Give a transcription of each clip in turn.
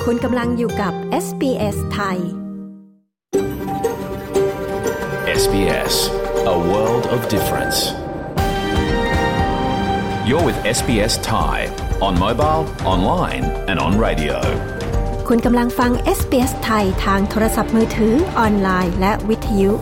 คุณกำลังอยู่กับ SBS ไทย SBS A world of difference. You're with SBS Thai on mobile, online and on radio. คุณกำลังฟัง SBS ไทยทางโทรศัพท์มือถือออนไลน์และวิทยุ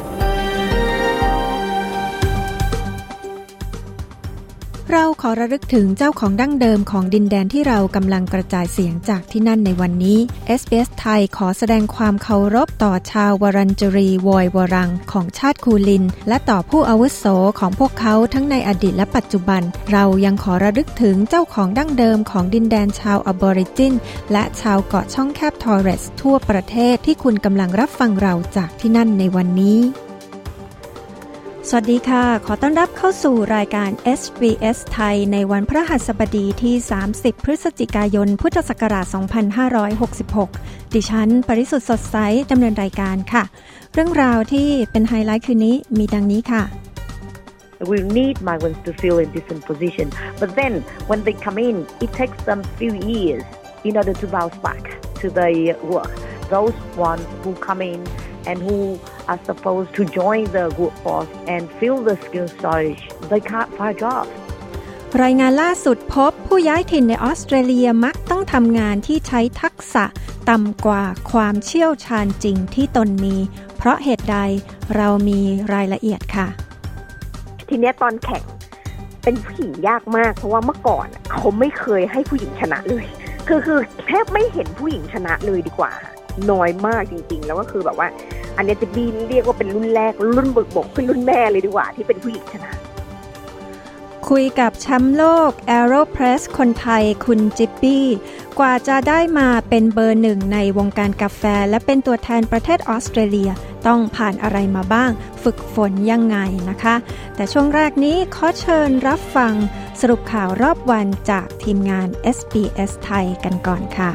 เราขอระลึกถึงเจ้าของดั้งเดิมของดินแดนที่เรากำลังกระจายเสียงจากที่นั่นในวันนี้ SBS ไทยขอแสดงความเคารพต่อชาววรัญจรีวอยวรังของชาติคูลินและต่อผู้อาวุโสของพวกเขาทั้งในอดีตและปัจจุบันเรายังขอระลึกถึงเจ้าของดั้งเดิมของดินแดนชาวอบอริจินและชาวเกาะช่องแคบทอร์เรสทั่วประเทศที่คุณกำลังรับฟังเราจากที่นั่นในวันนี้สวัสดีค่ะขอต้อนรับเข้าสู่รายการ SBS ไทยในวันพฤหัสบดีที่30พฤศจิกายนพุทธศักราช2566ดิฉันปริสุทธิ์สดใสดำเนินรายการค่ะเรื่องราวที่เป็นไฮไลท์คืนนี้มีดังนี้ค่ะ We need migrants to fill in different positions, but then when they come in, it takes them few years in order to bounce back to their work. Those ones who come in and who are supposed to join the workforce and fill the skill shortage, they can't find jobs. รายงานล่าสุดพบผู้ย้ายถิ่นในออสเตรเลียมักต้องทำงานที่ใช้ทักษะต่ำกว่าความเชี่ยวชาญจริงที่ตนมีเพราะเหตุใดเรามีรายละเอียดค่ะทีนี้ตอนแข่งเป็นผู้หญิงยากมากเพราะว่าเมื่อก่อนเขาไม่เคยให้ผู้หญิงชนะเลยคือแทบไม่เห็นผู้หญิงชนะเลยดีกว่าน้อยมากจริงๆแล้วก็คือแบบว่าอันนี้จะบีเรียกว่าเป็นรุ่นแรกรุ่นบกขึ้นรุ่นแม่เลยดีกว่าที่เป็นผู้หญิงชนะคุยกับแชมป์โลก Aeropress คนไทยคุณจิ๊บบี้กว่าจะได้มาเป็นเบอร์หนึ่งในวงการกาแฟและเป็นตัวแทนประเทศออสเตรเลียต้องผ่านอะไรมาบ้างฝึกฝนยังไงนะคะแต่ช่วงแรกนี้ขอเชิญรับฟังสรุปข่าวรอบวันจากทีมงาน SBS ไทยกันก่อนค่ะ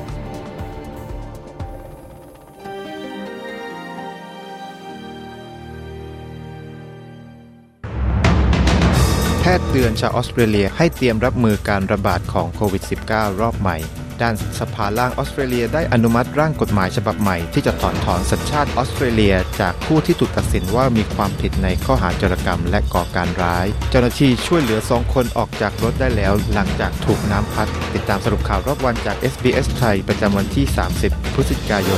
แพทย์เตือนชาวออสเตรเลียให้เตรียมรับมือการระบาดของโควิด -19 รอบใหม่ด้านสภาล่างออสเตรเลียได้อนุมัติร่างกฎหมายฉบับใหม่ที่จะถอนสัญชาติออสเตรเลียจากผู้ที่ถูกตัดสินว่ามีความผิดในข้อหาโจรกรรมและก่อการร้ายเจ้าหน้าที่ช่วยเหลือ2คนออกจากรถได้แล้วหลังจากถูกน้ำพัดติดตามสรุปข่าวรอบวันจาก SBS ไทยประจำวันที่30พฤศจิกายน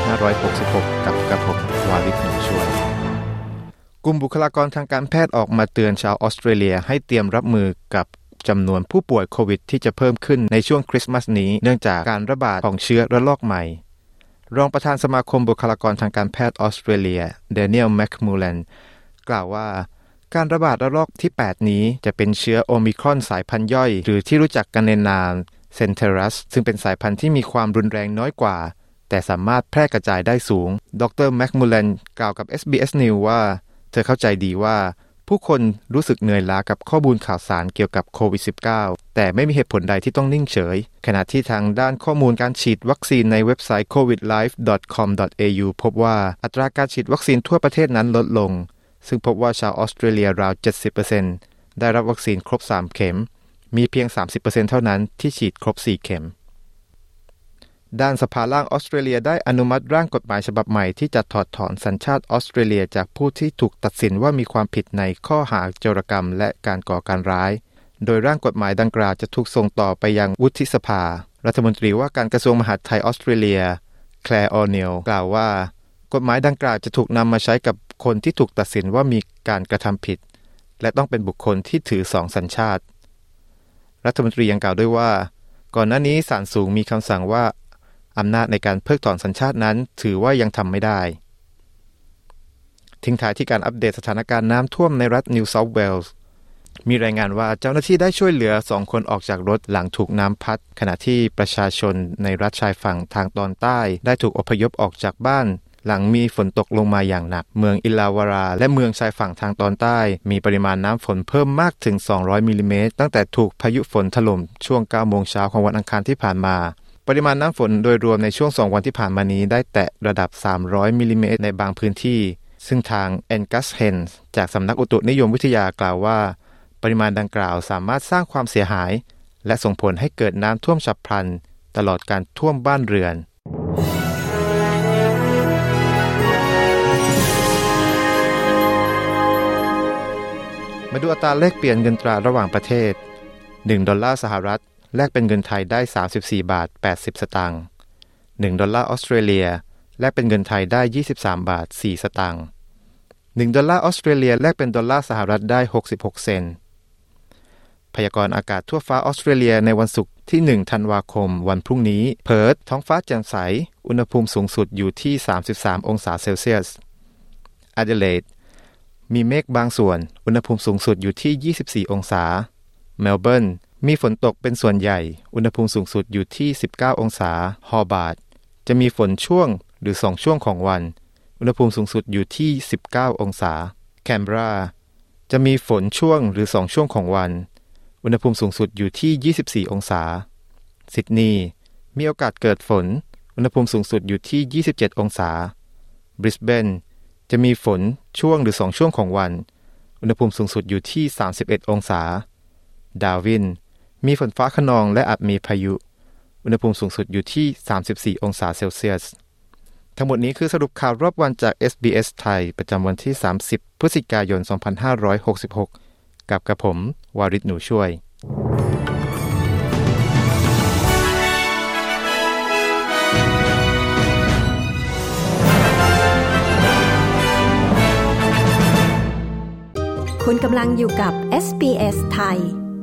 2566กับผมวาริศ หนุช่วยกลุ่มบุคลากรทางการแพทย์ออกมาเตือนชาวออสเตรเลียให้เตรียมรับมือกับจำนวนผู้ป่วยโควิดที่จะเพิ่มขึ้นในช่วงคริสต์มาสนี้เนื่องจากการระบาดของเชื้อระลอกใหม่รองประธานสมาคมบุคลากรทางการแพทย์ออสเตรเลียแดเนียลแมคมูแลนกล่าวว่าการระบาดระลอกที่8นี้จะเป็นเชื้อโอมิครอนสายพันธุ์ย่อยหรือที่รู้จักกันในนามเซนเทรัสซึ่งเป็นสายพันธุ์ที่มีความรุนแรงน้อยกว่าแต่สามารถแพร่กระจายได้สูงดรแมคมูแลนกล่าวกับ SBS News ว่าเธอเข้าใจดีว่าผู้คนรู้สึกเหนื่อยล้ากับข้อมูลข่าวสารเกี่ยวกับโควิด -19 แต่ไม่มีเหตุผลใดที่ต้องนิ่งเฉยขณะที่ทางด้านข้อมูลการฉีดวัคซีนในเว็บไซต์ covidlife.com.au พบว่าอัตราการฉีดวัคซีนทั่วประเทศนั้นลดลงซึ่งพบว่าชาวออสเตรเลียราว 70% ได้รับวัคซีนครบ3เข็มมีเพียง 30% เท่านั้นที่ฉีดครบ4เข็มด้านสภาล่างออสเตรเลียได้อนุมัติร่างกฎหมายฉบับใหม่ที่จะถอดถอนสัญชาติออสเตรเลียจากผู้ที่ถูกตัดสินว่ามีความผิดในข้อหาโจรกรรมและการก่อการร้ายโดยร่างกฎหมายดังกล่าวจะถูกส่งต่อไปยังวุฒิสภารัฐมนตรีว่าการกระทรวงมหาดไทยออสเตรเลียแคลร์ออเนลกล่าวว่ากฎหมายดังกล่าวจะถูกนำมาใช้กับคนที่ถูกตัดสินว่ามีการกระทำผิดและต้องเป็นบุคคลที่ถือ2สัญชาติรัฐมนตรียังกล่าวด้วยว่าก่อนหน้านี้ศาลสูงมีคำสั่งว่าอำนาจในการเพิกถอนสัญชาตินั้นถือว่ายังทำไม่ได้ทิ้งท้ายที่การอัปเดตสถานการณ์น้ำท่วมในรัฐนิวเซาท์เวลส์มีรายงานว่าเจ้าหน้าที่ได้ช่วยเหลือ2คนออกจากรถหลังถูกน้ำพัดขณะที่ประชาชนในรัฐชายฝั่งทางตอนใต้ได้ถูกอพยพออกจากบ้านหลังมีฝนตกลงมาอย่างหนักเมืองอิลลาวาราและเมืองชายฝั่งทางตอนใต้มีปริมาณน้ำฝนเพิ่มมากถึง200มิลลิเมตรตั้งแต่ถูกพายุฝนถล่มช่วง 9 โมงเช้าของวันอังคารที่ผ่านมาปริมาณน้ำฝนโดยรวมในช่วง2วันที่ผ่านมานี้ได้แตะระดับ300มิลลิเมตรในบางพื้นที่ซึ่งทางแอนกัสเฮนส์จากสำนักอุตุนิยมวิทยากล่าวว่าปริมาณดังกล่าวสามารถสร้างความเสียหายและส่งผลให้เกิดน้ำท่วมฉับพลันตลอดการท่วมบ้านเรือนมาดูอัตราแลกเปลี่ยนเงินตราระหว่างประเทศ1ดอลลาร์สหรัฐแลกเป็นเงินไทยได้34บาท80สตางค์1ดอลลาร์ออสเตรเลียแลกเป็นเงินไทยได้23บาท4สตางค์1ดอลลาร์ออสเตรเลียแลกเป็นดอลลาร์สหรัฐได้66เซนต์พยากรณ์อากาศทั่วฟ้าออสเตรเลียในวันศุกร์ที่1ธันวาคมวันพรุ่งนี้เพิร์ธท้องฟ้าแจ่มใสอุณหภูมิสูงสุดอยู่ที่33องศาเซลเซียสแอดิเลดมีเมฆบางส่วนอุณหภูมิสูงสุดอยู่ที่24องศาเมลเบิร์นมีฝนตกเป็นส่วนใหญ่อุณหภูมิสูงสุดอยู่ที่19องศาฮอบาร์ตจะมีฝนช่วงหรือ2ช่วงของวันอุณหภูมิสูงสุดอยู่ที่19องศาแคนเบราจะมีฝนช่วงหรือ2ช่วงของวันอุณหภูมิสูงสุดอยู่ที่24องศาซิดนีย์มีโอกาสเกิดฝนอุณหภูมิสูงสุดอยู่ที่27องศาบริสเบนจะมีฝนช่วงหรือ2ช่วงของวันอุณหภูมิสูงสุดอยู่ที่31องศาดาร์วินมีฝนฟ้าคะนองและอาจมีพายุอุณหภูมิสูงสุดอยู่ที่34องศาเซลเซียสทั้งหมดนี้คือสรุปข่าวรอบวันจาก SBS ไทยประจำวันที่30พฤศจิกายน2566กับกระผมวาริศหนูช่วยคุณกำลังอยู่กับ SBS ไทย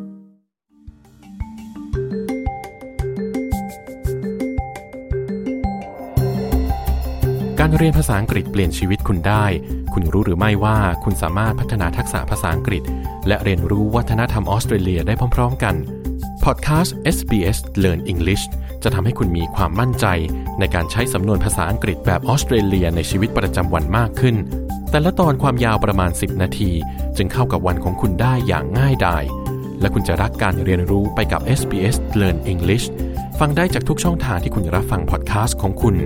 การเรียนภาษาอังกฤษเปลี่ยนชีวิตคุณได้คุณรู้หรือไม่ว่าคุณสามารถพัฒนาทักษะภาษาอังกฤษและเรียนรู้วัฒนธรรมออสเตรเลียได้พร้อมๆกันพอดแคสต์ SBS Learn English จะทำให้คุณมีความมั่นใจในการใช้สำนวนภาษาอังกฤษแบบออสเตรเลียในชีวิตประจำวันมากขึ้นแต่ละตอนความยาวประมาณ10นาทีจึงเข้ากับวันของคุณได้อย่างง่ายดายและคุณจะรักการเรียนรู้ไปกับ SBS Learn English ฟังได้จากทุกช่องทางที่คุณรับฟังพอดแคสต์ของคุณ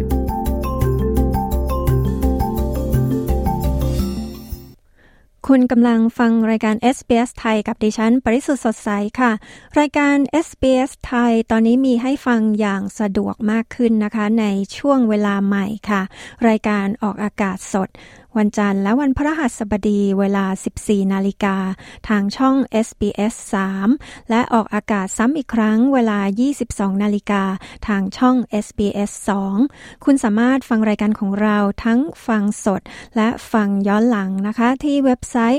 คุณกำลังฟังรายการ SBS ไทยกับดิฉันปริสุทธิ์สดใสค่ะรายการ SBS ไทยตอนนี้มีให้ฟังอย่างสะดวกมากขึ้นนะคะในช่วงเวลาใหม่ค่ะรายการออกอากาศสดวันจันทร์และวันพฤหัสบดีเวลา 14 นาฬิกาทางช่อง SBS 3 และออกอากาศซ้ำอีกครั้งเวลา 22 นาฬิกาทางช่อง SBS 2 คุณสามารถฟังรายการของเราทั้งฟังสดและฟังย้อนหลังนะคะที่เว็บไซต์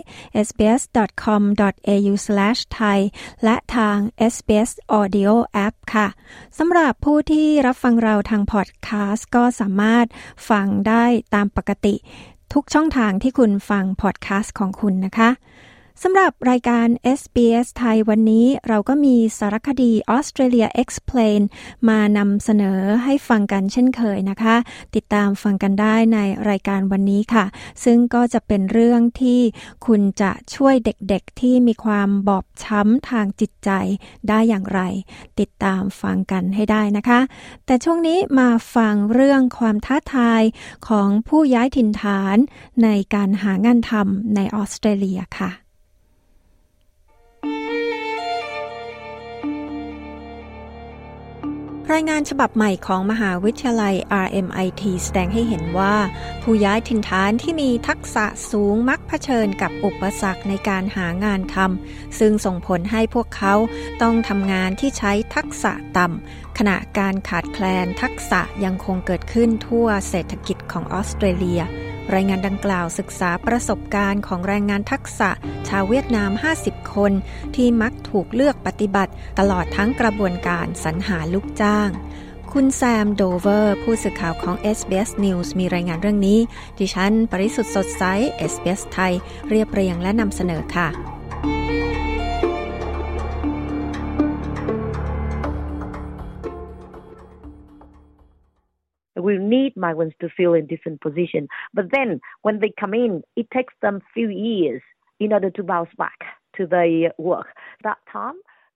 sbs.com.au/thai และทาง SBS Audio App ค่ะสำหรับผู้ที่รับฟังเราทางพอดแคสต์ก็สามารถฟังได้ตามปกติทุกช่องทางที่คุณฟังพอดแคสต์ของคุณนะคะสำหรับรายการ SBS ไทยวันนี้เราก็มีสารคดี Australia Explain มานำเสนอให้ฟังกันเช่นเคยนะคะติดตามฟังกันได้ในรายการวันนี้ค่ะซึ่งก็จะเป็นเรื่องที่คุณจะช่วยเด็กๆที่มีความบอบช้ำทางจิตใจได้อย่างไรติดตามฟังกันให้ได้นะคะแต่ช่วงนี้มาฟังเรื่องความท้าทายของผู้ย้ายถิ่นฐานในการหางานทำในออสเตรเลียค่ะรายงานฉบับใหม่ของมหาวิทยาลัย RMIT แสดงให้เห็นว่าผู้ย้ายถิ่นฐานที่มีทักษะสูงมักเผชิญกับอุปสรรคในการหางานทำซึ่งส่งผลให้พวกเขาต้องทำงานที่ใช้ทักษะต่ำขณะการขาดแคลนทักษะยังคงเกิดขึ้นทั่วเศรษฐกิจของออสเตรเลียรายงานดังกล่าวศึกษาประสบการณ์ของแรงงานทักษะชาวเวียดนาม50คนที่มักถูกเลือกปฏิบัติตลอดทั้งกระบวนการสรรหาลูกจ้างคุณแซมโดเวอร์ผู้สื่อข่าวของ SBS News มีรายงานเรื่องนี้ดิฉันปริสุทธิ์สดใส SBS ไทยเรียบเรียงและนำเสนอค่ะ We need migrants to fill in different positions, but then when they come in, it takes them few years in order to bounce back to their work. That time,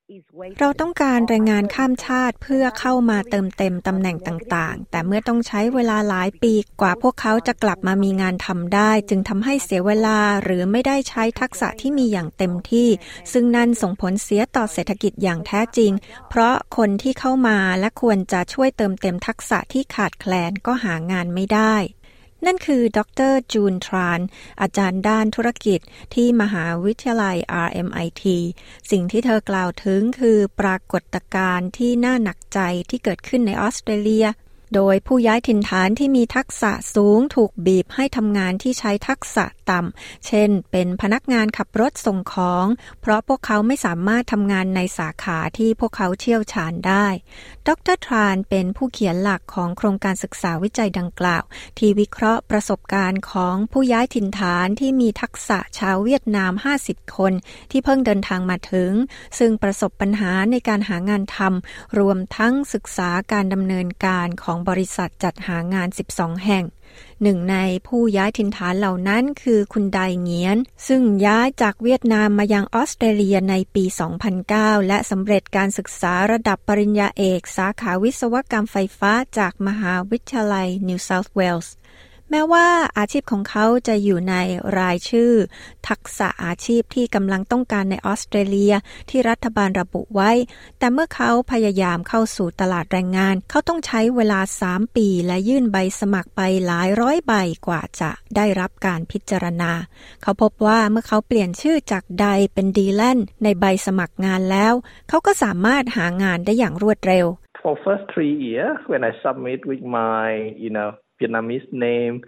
เราต้องการแรงงานข้ามชาติเพื่อเข้ามาเติมเต็มตำแหน่งต่างๆแต่เมื่อต้องใช้เวลาหลายปีกว่าพวกเขาจะกลับมามีงานทำได้จึงทำให้เสียเวลาหรือไม่ได้ใช้ทักษะที่มีอย่างเต็มที่ซึ่งนั่นส่งผลเสียต่อเศรษฐกิจอย่างแท้จริงเพราะคนที่เข้ามาและควรจะช่วยเติมเต็มทักษะที่ขาดแคลนก็หางานไม่ได้นั่นคือดร.จูนทรานอาจารย์ด้านธุรกิจที่มหาวิทยาลัย RMIT สิ่งที่เธอกล่าวถึงคือปรากฏการณ์ที่น่าหนักใจที่เกิดขึ้นในออสเตรเลียโดยผู้ย้ายถิ่นฐานที่มีทักษะสูงถูกบีบให้ทำงานที่ใช้ทักษะต่ำเช่นเป็นพนักงานขับรถส่งของเพราะพวกเขาไม่สามารถทำงานในสาขาที่พวกเขาเชี่ยวชาญได้ดร.ทรานเป็นผู้เขียนหลักของโครงการศึกษาวิจัยดังกล่าวที่วิเคราะห์ประสบการณ์ของผู้ย้ายถิ่นฐานที่มีทักษะชาวเวียดนาม50คนที่เพิ่งเดินทางมาถึงซึ่งประสบปัญหาในการหางานทำรวมทั้งศึกษาการดำเนินการของบริษัทจัดหางาน12แห่งหนึ่งในผู้ย้ายถิ่นฐานเหล่านั้นคือคุณไดเงียนซึ่งย้ายจากเวียดนามมายังออสเตรเลียในปี 2009 และสำเร็จการศึกษาระดับปริญญาเอกสาขาวิศวกรรมไฟฟ้าจากมหาวิทยาลัยนิวเซาท์เวลส์แม้ว่าอาชีพของเขาจะอยู่ในรายชื่อทักษะอาชีพที่กำลังต้องการในออสเตรเลียที่รัฐบาลระบุไว้แต่เมื่อเขาพยายามเข้าสู่ตลาดแรงงานเขาต้องใช้เวลา3ปีและยื่นใบสมัครไปหลายร้อยใบกว่าจะได้รับการพิจารณาเขาพบว่าเมื่อเขาเปลี่ยนชื่อจากไดเป็นดีแลนในใบสมัครงานแล้วเขาก็สามารถหางานได้อย่างรวดเร็ว For first 3 years when I submit with my Vietnamese name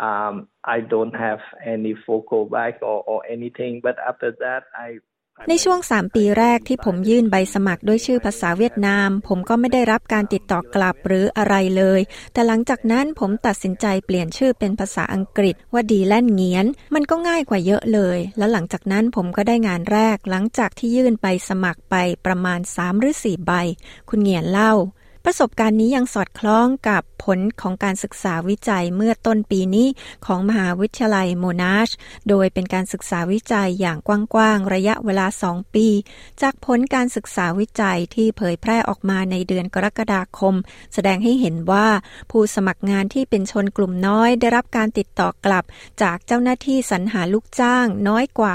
I don't have any focal back or anything but after that I ในช่วง3ปีแรกที่ผมยื่นใบสมัครด้วยชื่อภาษาเวียดนามผมก็ไม่ได้รับการติดต่อกลับหรืออะไรเลยแต่หลังจากนั้นผมตัดสินใจเปลี่ยนชื่อเป็นภาษาอังกฤษว่าดีแลนเงียนมันก็ง่ายกว่าเยอะเลยแล้วหลังจากนั้นผมก็ได้งานแรกหลังจากที่ยื่นใบสมัครไปประมาณ3หรือ4ใบคุณเงียนเล่าประสบการณ์นี้ยังสอดคล้องกับผลของการศึกษาวิจัยเมื่อต้นปีนี้ของมหาวิทยาลัยโมนาชโดยเป็นการศึกษาวิจัยอย่างกว้างๆระยะเวลา2ปีจากผลการศึกษาวิจัยที่เผยแพร่ออกมาในเดือนกรกฎาคมแสดงให้เห็นว่าผู้สมัครงานที่เป็นชนกลุ่มน้อยได้รับการติดต่อกลับจากเจ้าหน้าที่สรรหาลูกจ้างน้อยกว่า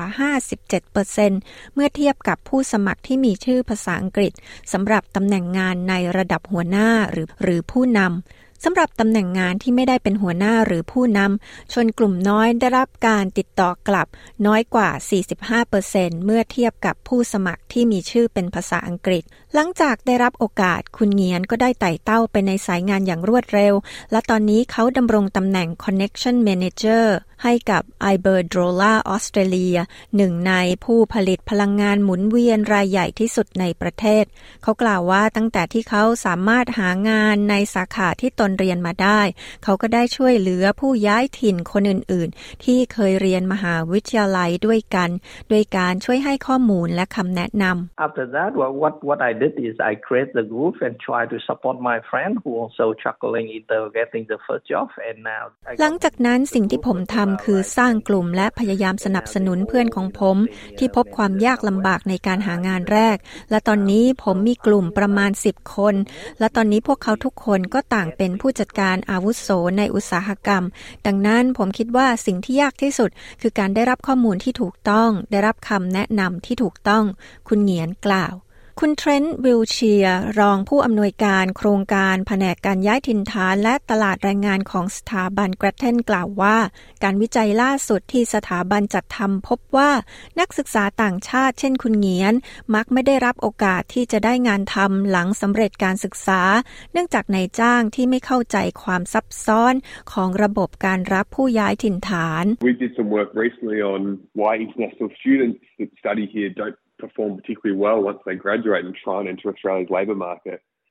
57% เมื่อเทียบกับผู้สมัครที่มีชื่อภาษาอังกฤษสำหรับตำแหน่งงานในระดับหัวหน้าหรือผู้นำสำหรับตำแหน่งงานที่ไม่ได้เป็นหัวหน้าหรือผู้นำชนกลุ่มน้อยได้รับการติดต่อกลับน้อยกว่า 45% เมื่อเทียบกับผู้สมัครที่มีชื่อเป็นภาษาอังกฤษหลังจากได้รับโอกาสคุณเงียนก็ได้ไต่เต้าไปในสายงานอย่างรวดเร็วและตอนนี้เขาดำรงตำแหน่ง Connection Manager ให้กับ Iberdrola ออสเตรเลียหนึ่งในผู้ผลิตพลังงานหมุนเวียนรายใหญ่ที่สุดในประเทศเขากล่าวว่าตั้งแต่ที่เขาสามารถหางานในสาขาที่ตนเรียนมาได้เขาก็ได้ช่วยเหลือผู้ย้ายถิ่นคนอื่นๆที่เคยเรียนมหาวิทยาลัยด้วยกันด้วยการช่วยให้ข้อมูลและคำแนะนำ After that what I did is I create the group and try to support my friend who also struggling into getting the first job and now หลังจากนั้นสิ่งที่ผมทำคือสร้างกลุ่มและพยายามสนับสนุนเพื่อนของผมที่พบความยากลำบากในการหางานแรกและตอนนี้ผมมีกลุ่มประมาณ10คนและตอนนี้พวกเขาทุกคนก็ต่างเป็นผู้จัดการอาวุโสในอุตสาหกรรมดังนั้นผมคิดว่าสิ่งที่ยากที่สุดคือการได้รับข้อมูลที่ถูกต้องได้รับคำแนะนำที่ถูกต้องคุณเงียนกล่าวคุณเทรนต์วิลเชียร์รองผู้อำนวยการโครงการแผนกการย้ายถิ่นฐานและตลาดแรงงานของสถาบันแกรเทนกล่าวว่าการวิจัยล่าสุดที่สถาบันจัดทำพบว่านักศึกษาต่างชาติเช่นคุณเงียนมักไม่ได้รับโอกาสที่จะได้งานทำหลังสำเร็จการศึกษาเนื่องจากนายจ้างที่ไม่เข้าใจความซับซ้อนของระบบการรับผู้ย้ายถิ่นฐาน We did some work recently on why international students that study here don't perform particularly well once they graduate and try and enter Australia's labour market.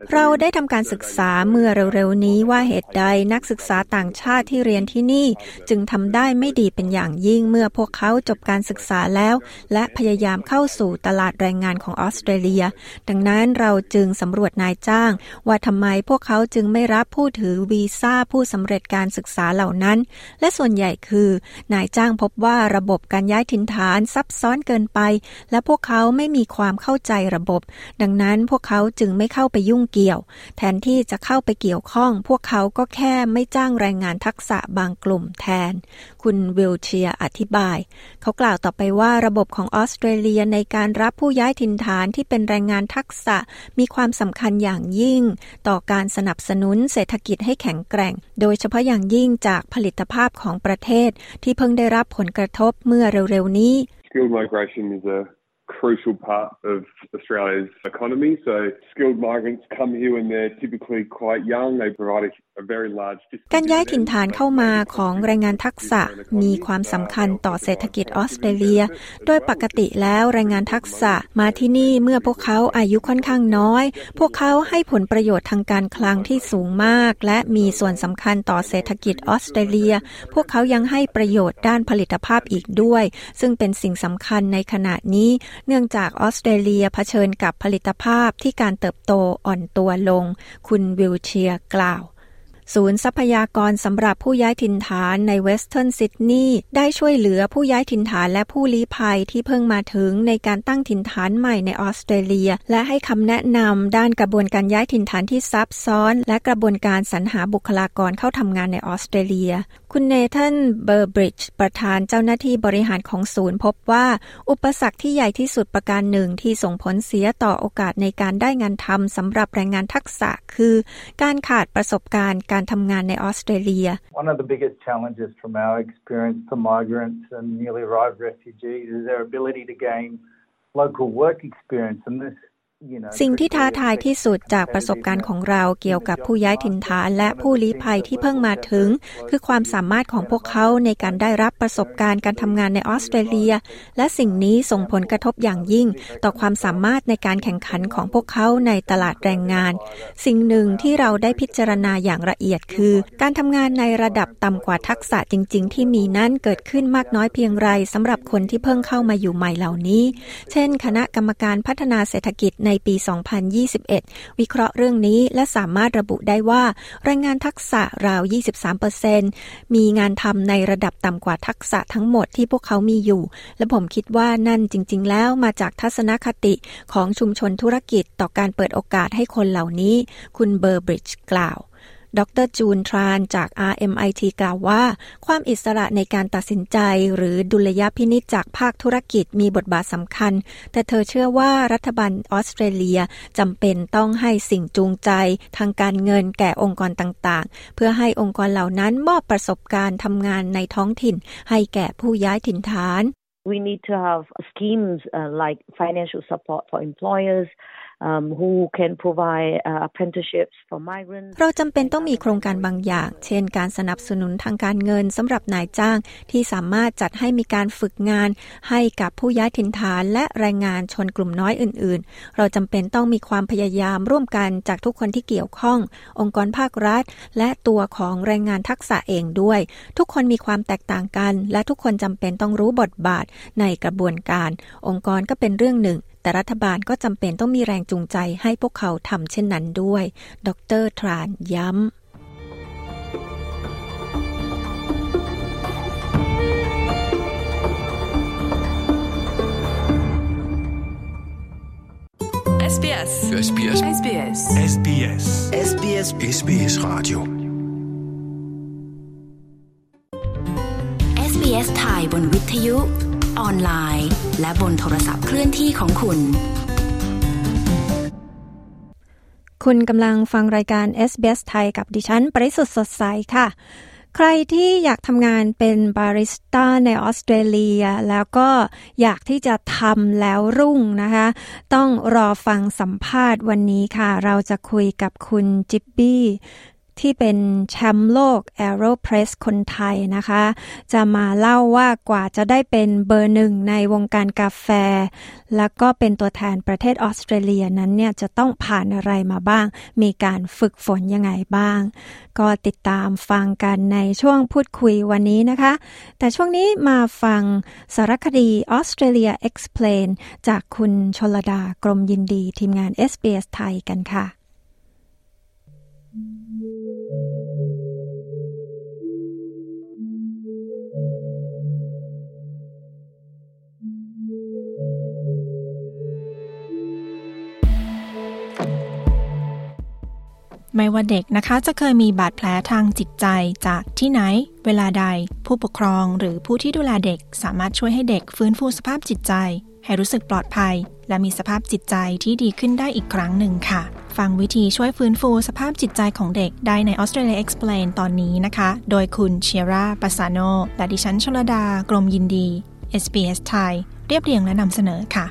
เราได้ทำการศึกษาเมื่อเร็วๆนี้ว่าเหตุใดนักศึกษาต่างชาติที่เรียนที่นี่จึงทำได้ไม่ดีเป็นอย่างยิ่งเมื่อพวกเขาจบการศึกษาแล้วและพยายามเข้าสู่ตลาดแรงงานของออสเตรเลียดังนั้นเราจึงสำรวจนายจ้างว่าทำไมพวกเขาจึงไม่รับผู้ถือวีซ่าผู้สำเร็จการศึกษาเหล่านั้นและส่วนใหญ่คือนายจ้างพบว่าระบบการย้ายถิ่นฐานซับซ้อนเกินไปและพวกเขาไม่มีความเข้าใจระบบดังนั้นพวกเขาจึงไม่เข้าไปยุ่งเกี่ยวแทนที่จะเข้าไปเกี่ยวข้องพวกเขาก็แค่ไม่จ้างแรงงานทักษะบางกลุ่มแทนคุณวิลเชียร์อธิบายเขากล่าวต่อไปว่าระบบของออสเตรเลียในการรับผู้ย้ายถิ่นฐานที่เป็นแรงงานทักษะมีความสำคัญอย่างยิ่งต่อการสนับสนุนเศรษฐกิจให้แข็งแกร่งโดยเฉพาะอย่างยิ่งจากผลิตภาพของประเทศที่เพิ่งได้รับผลกระทบเมื่อเร็วๆนี้ Skilled migration is a crucial part of Australia's economy. So skilled migrants come here when they're typically quite young. They provide a very large การย้ายถิ่นฐานเข้ามาของแรงงานทักษะมีความสำคัญต่อเศรษฐกิจออสเตรเลียโดยปกติแล้วแรงงานทักษะมาที่นี่เมื่อพวกเขาอายุค่อนข้างน้อยพวกเขาให้ผลประโยชน์ทางการคลังที่สูงมากและมีส่วนสำคัญต่อเศรษฐกิจออสเตรเลียพวกเขายังให้ประโยชน์ด้านผลิตภาพอีกด้วยซึ่งเป็นสิ่งสำคัญในขณะนี้เนื่องจากออสเตรเลียเผชิญกับผลิตภาพที่การเติบโตอ่อนตัวลงคุณวิลเชียร์กล่าวศูนย์ทรัพยากรสำหรับผู้ย้ายถิ่นฐานในเวสเทิร์นซิดนีย์ได้ช่วยเหลือผู้ย้ายถิ่นฐานและผู้ลี้ภัยที่เพิ่งมาถึงในการตั้งถิ่นฐานใหม่ในออสเตรเลียและให้คำแนะนำด้านกระบวนการย้ายถิ่นฐานที่ซับซ้อนและกระบวนการสรรหาบุคลากรเข้าทำงานในออสเตรเลียคุณเนธันเบอร์บริดจ์ประธานเจ้าหน้าที่บริหารของศูนย์พบว่าอุปสรรคที่ใหญ่ที่สุดประการหนึ่งที่ส่งผลเสียต่อโอกาสในการได้งานทำสำหรับแรงงานทักษะคือการขาดประสบการณ์การทำงานในออสเตรเลีย One of the biggest challenges from our experience for migrants and newly arrived refugees is their ability to gain local work experience and this สิ่งที่ท้าทายที่สุดจากประสบการณ์ของเราเกี่ยวกับผู้ย้ายถิ่นฐานและผู้ลี้ภัยที่เพิ่งมาถึงคือความสามารถของพวกเขาในการได้รับประสบการณ์การทำงานในออสเตรเลียและสิ่งนี้ส่งผลกระทบอย่างยิ่งต่อความสามารถในการแข่งขันของพวกเขาในตลาดแรงงานสิ่งหนึ่งที่เราได้พิจารณาอย่างละเอียดคือการทำงานในระดับต่ำกว่าทักษะจริงๆที่มีนั้นเกิดขึ้นมากน้อยเพียงไรสำหรับคนที่เพิ่งเข้ามาอยู่ใหม่เหล่านี้เช่นคณะกรรมการพัฒนาเศรษฐกิจในปี2021วิเคราะห์เรื่องนี้และสามารถระบุได้ว่าแรงงานทักษะราว 23% มีงานทำในระดับต่ำกว่าทักษะทั้งหมดที่พวกเขามีอยู่และผมคิดว่านั่นจริงๆแล้วมาจากทัศนคติของชุมชนธุรกิจต่อการเปิดโอกาสให้คนเหล่านี้คุณเบอร์บริดจ์กล่าวดร.จูนทรานจาก RMIT กล่าวว่าความอิสระในการตัดสินใจหรือดุลยพินิจจากภาคธุรกิจมีบทบาทสำคัญแต่เธอเชื่อว่ารัฐบาลออสเตรเลียจำเป็นต้องให้สิ่งจูงใจทางการเงินแก่องค์กรต่างๆเพื่อให้องค์กรเหล่านั้นมอบประสบการณ์ทำงานในท้องถิ่นให้แก่ผู้ย้ายถิ่นฐาน We need to have schemes like financial support for employers who can provide apprenticeships for migrants เราจำเป็นต้องมีโครงการบางอย่างเช่นการสนับสนุนทางการเงินสำหรับนายจ้างที่สามารถจัดให้มีการฝึกงานให้กับผู้ย้ายถิ่นฐานและแรงงานชนกลุ่มน้อยอื่นๆเราจำเป็นต้องมีความพยายามร่วมกันจากทุกคนที่เกี่ยวข้ององค์กรภาครัฐและตัวของแรงงานทักษะเองด้วยทุกคนมีความแตกต่างกันและทุกคนจำเป็นต้องรู้บทบาทในกระบวนการองค์กรก็เป็นเรื่องหนึ่งแต่รัฐบาลก็จำเป็นต้องมีแรงจูงใจให้พวกเขาทำเช่นนั้นด้วยดร.ทรานย้ำ SBS SBS SBS SBS SBS SBS Radio SBS ไทยบนวิทยุออนไลน์และบนโทรศัพท์เคลื่อนที่ของคุณคุณกำลังฟังรายการ SBS ไทยกับดิฉันปริสุทธิ์สดใสค่ะใครที่อยากทำงานเป็นบาริสต้าในออสเตรเลียแล้วก็อยากที่จะทำแล้วรุ่งนะคะต้องรอฟังสัมภาษณ์วันนี้ค่ะเราจะคุยกับคุณจิบบี้ที่เป็นแชมป์โลก Aeropress คนไทยนะคะจะมาเล่าว่ากว่าจะได้เป็นเบอร์หนึ่งในวงการกาแฟแล้วก็เป็นตัวแทนประเทศออสเตรเลียนั้นเนี่ยจะต้องผ่านอะไรมาบ้างมีการฝึกฝนยังไงบ้างก็ติดตามฟังกันในช่วงพูดคุยวันนี้นะคะแต่ช่วงนี้มาฟังสารคดี Australia Explain จากคุณชลดากรมยินดีทีมงาน SBS ไทยกันค่ะไม่ว่าเด็กนะคะจะเคยมีบาดแผลทางจิตใจจากที่ไหนเวลาใดผู้ปกครองหรือผู้ที่ดูแลเด็กสามารถช่วยให้เด็กฟื้นฟูสภาพจิตใจให้รู้สึกปลอดภัยและมีสภาพจิตใจที่ดีขึ้นได้อีกครั้งหนึ่งค่ะฟังวิธีช่วยฟื้นฟูสภาพจิตใจของเด็กได้ใน Australia Explain ตอนนี้นะคะโดยคุณเชียร่าปัสซาโนและดิฉันชลดากรมยินดี SBS ไทยเรียบเรียงและนำเสนอค่ะ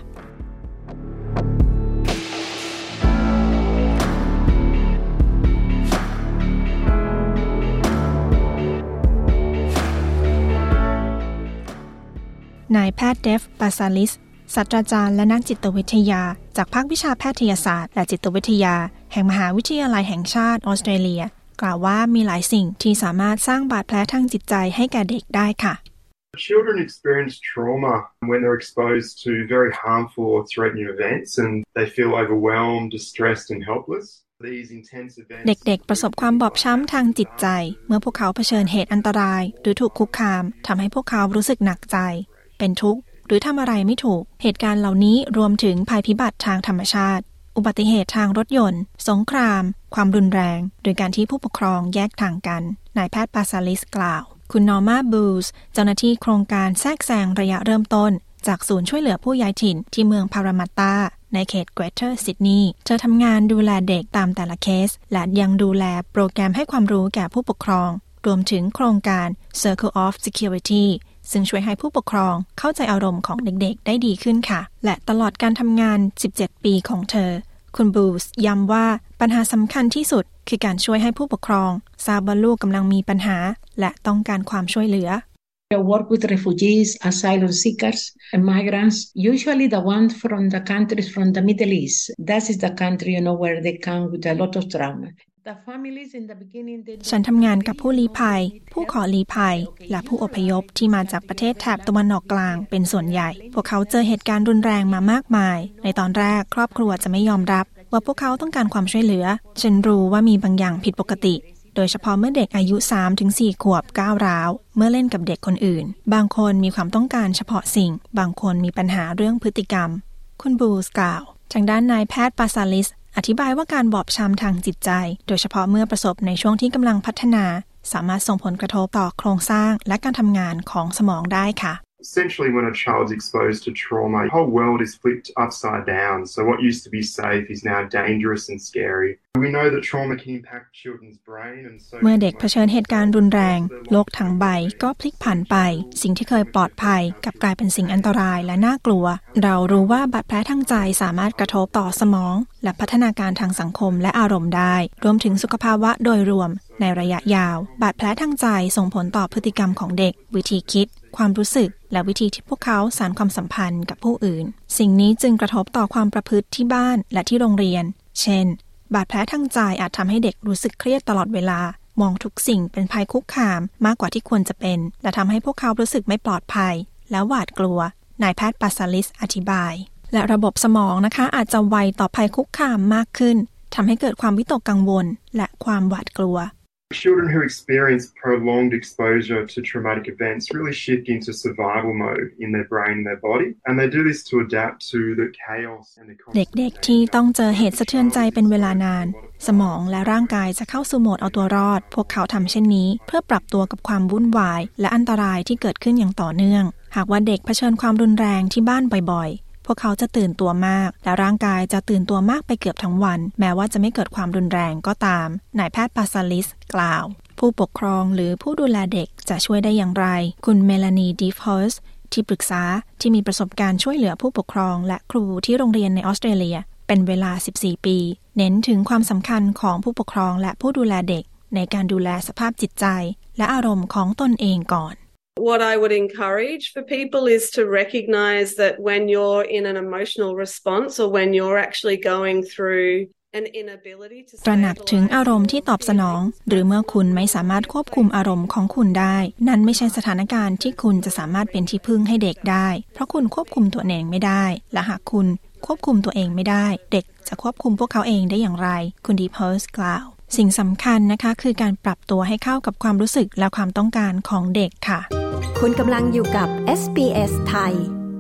นายแพทย์เดฟปาซาลิสศาสตราจารย์และนักจิตวิทยาจากภาควิชาแพทยศาสตร์และจิตวิทยาแห่งมหาวิทยาลัยแห่งชาติออสเตรเลียกล่าวว่ามีหลายสิ่งที่สามารถสร้างบาดแผลทางจิตใจให้แก่เด็กได้ค่ะ Children experience trauma when they're exposed to very harmful or threatening events and they feel overwhelmed, distressed and helpless. เด็กๆประสบความบอบช้ำทางจิตใจเมื่อพวกเขาเผชิญเหตุอันตรายหรือถูกคุกคามทำให้พวกเขารู้สึกหนักใจเป็นทุกข์หรือทำอะไรไม่ถูกเหตุการณ์เหล่านี้รวมถึงภัยพิบัติทางธรรมชาติอุบัติเหตุทางรถยนต์สงครามความรุนแรงหรือการที่ผู้ปกครองแยกทางกันนายแพทย์ปาซาลิสกล่าวคุณนอร์มาบูสเจ้าหน้าที่โครงการแทรกแซงระยะเริ่มต้นจากศูนย์ช่วยเหลือผู้ย้ายถิ่นที่เมืองพารามัตตาในเขต Greater Sydney เธอทำงานดูแลเด็กตามแต่ละเคสและยังดูแลโปรแกรมให้ความรู้แก่ผู้ปกครองรวมถึงโครงการ Circle of Security ซึ่งช่วยให้ผู้ปกครองเข้าใจอารมณ์ของเด็กๆได้ดีขึ้นค่ะและตลอดการทำงาน17ปีของเธอคุณบูสย้ำว่าปัญหาสำคัญที่สุดคือการช่วยให้ผู้ปกครองทราบว่าลูกกำลังมีปัญหาและต้องการความช่วยเหลือ I work with refugees, asylum seekers, and migrants, usually the ones from the countries from the Middle East. That is the country, where they come with a lot of trauma. ฉันทำงานกับผู้ลี้ภัยผู้ขอลี้ภัยและผู้อพยพที่มาจากประเทศแถบตะวันออกกลางเป็นส่วนใหญ่พวกเขาเจอเหตุการณ์รุนแรงมามากมายในตอนแรกครอบครัวจะไม่ยอมรับว่าพวกเขาต้องการความช่วยเหลือฉันรู้ว่ามีบางอย่างผิดปกติโดยเฉพาะเมื่อเด็กอายุ 3-4 ขวบก้าวร้าวเมื่อเล่นกับเด็กคนอื่นบางคนมีความต้องการเฉพาะสิ่งบางคนมีปัญหาเรื่องพฤติกรรมคุณบูสกล่าวทางด้านนายแพทย์ปาซาลิสอธิบายว่าการบอบช้ำทางจิตใจโดยเฉพาะเมื่อประสบในช่วงที่กำลังพัฒนาสามารถส่งผลกระทบต่อโครงสร้างและการทำงานของสมองได้ค่ะ Essentially, when a child's exposed to trauma, the whole world is flipped upside down. So what used to be safe is now dangerous and scary. We know that trauma can impact children's brain and so เมื่อเด็กเผชิญเหตุการณ์รุนแรงโลกทั้งใบก็พลิกผันไปสิ่งที่เคยปลอดภัยกลับกลายเป็นสิ่งอันตรายและน่ากลัวเรารู้ว่าบาดแผลทางใจสามารถกระทบต่อสมองและพัฒนาการทางสังคมและอารมณ์ได้รวมถึงสุขภาวะโดยรวมในระยะยาวบาดแผลทางใจส่งผลต่อพฤติกรรมของเด็กวิธีคิดความรู้สึกและวิธีที่พวกเขาสานความสัมพันธ์กับผู้อื่นสิ่งนี้จึงกระทบต่อความประพฤติที่บ้านและที่โรงเรียนเช่นบาดแผลทางใจอาจทำให้เด็กรู้สึกเครียดตลอดเวลามองทุกสิ่งเป็นภัยคุกคามมากกว่าที่ควรจะเป็นและทำให้พวกเขารู้สึกไม่ปลอดภัยและหวาดกลัวนายแพทย์ปาซาลิสอธิบายและระบบสมองนะคะอาจจะไวต่อภัยคุกคามมากขึ้นทำให้เกิดความวิตกกังวลและความหวาดกลัว Children who experience prolonged exposure to traumatic events really shift into survival mode in their brain and their body, and they do this to adapt to the chaos and the เด็กๆที่ต้องเจอเหตุสะเทือนใจเป็นเวลานานสมองและร่างกายจะเข้าสู่โหมดเอาตัวรอดพวกเขาทำเช่นนี้เพื่อปรับตัวกับความวุ่นวายและอันตรายที่เกิดขึ้นอย่างต่อเนื่องหากว่าเด็กเผชิญความรุนแรงที่บ้านบ่อยๆพวกเขาจะตื่นตัวมากและร่างกายจะตื่นตัวมากไปเกือบทั้งวันแม้ว่าจะไม่เกิดความรุนแรงก็ตามนายแพทย์ปาซาลิสกล่าวผู้ปกครองหรือผู้ดูแลเด็กจะช่วยได้อย่างไรคุณเมลานีดีฟเฮิร์สที่ปรึกษาที่มีประสบการณ์ช่วยเหลือผู้ปกครองและครูที่โรงเรียนในออสเตรเลียเป็นเวลา14ปีเน้นถึงความสำคัญของผู้ปกครองและผู้ดูแลเด็กในการดูแลสภาพจิตใจและอารมณ์ของตนเองก่อน What I would encourage for people is to recognize that when you're in an emotional response or when you're actually going throughตระหนักถึงอารมณ์ที่ตอบสนองหรือเมื่อคุณไม่สามารถควบคุมอารมณ์ของคุณได้นั่นไม่ใช่สถานการณ์ที่คุณจะสามารถเป็นที่พึ่งให้เด็กได้เพราะคุณควบคุมตัวเองไม่ได้และหากคุณควบคุมตัวเองไม่ได้เด็กจะควบคุมพวกเขาเองได้อย่างไรคุณดีเพิร์สกล่าวสิ่งสำคัญนะคะคือการปรับตัวให้เข้ากับความรู้สึกและความต้องการของเด็กค่ะคุณกำลังอยู่กับ SBS ไทย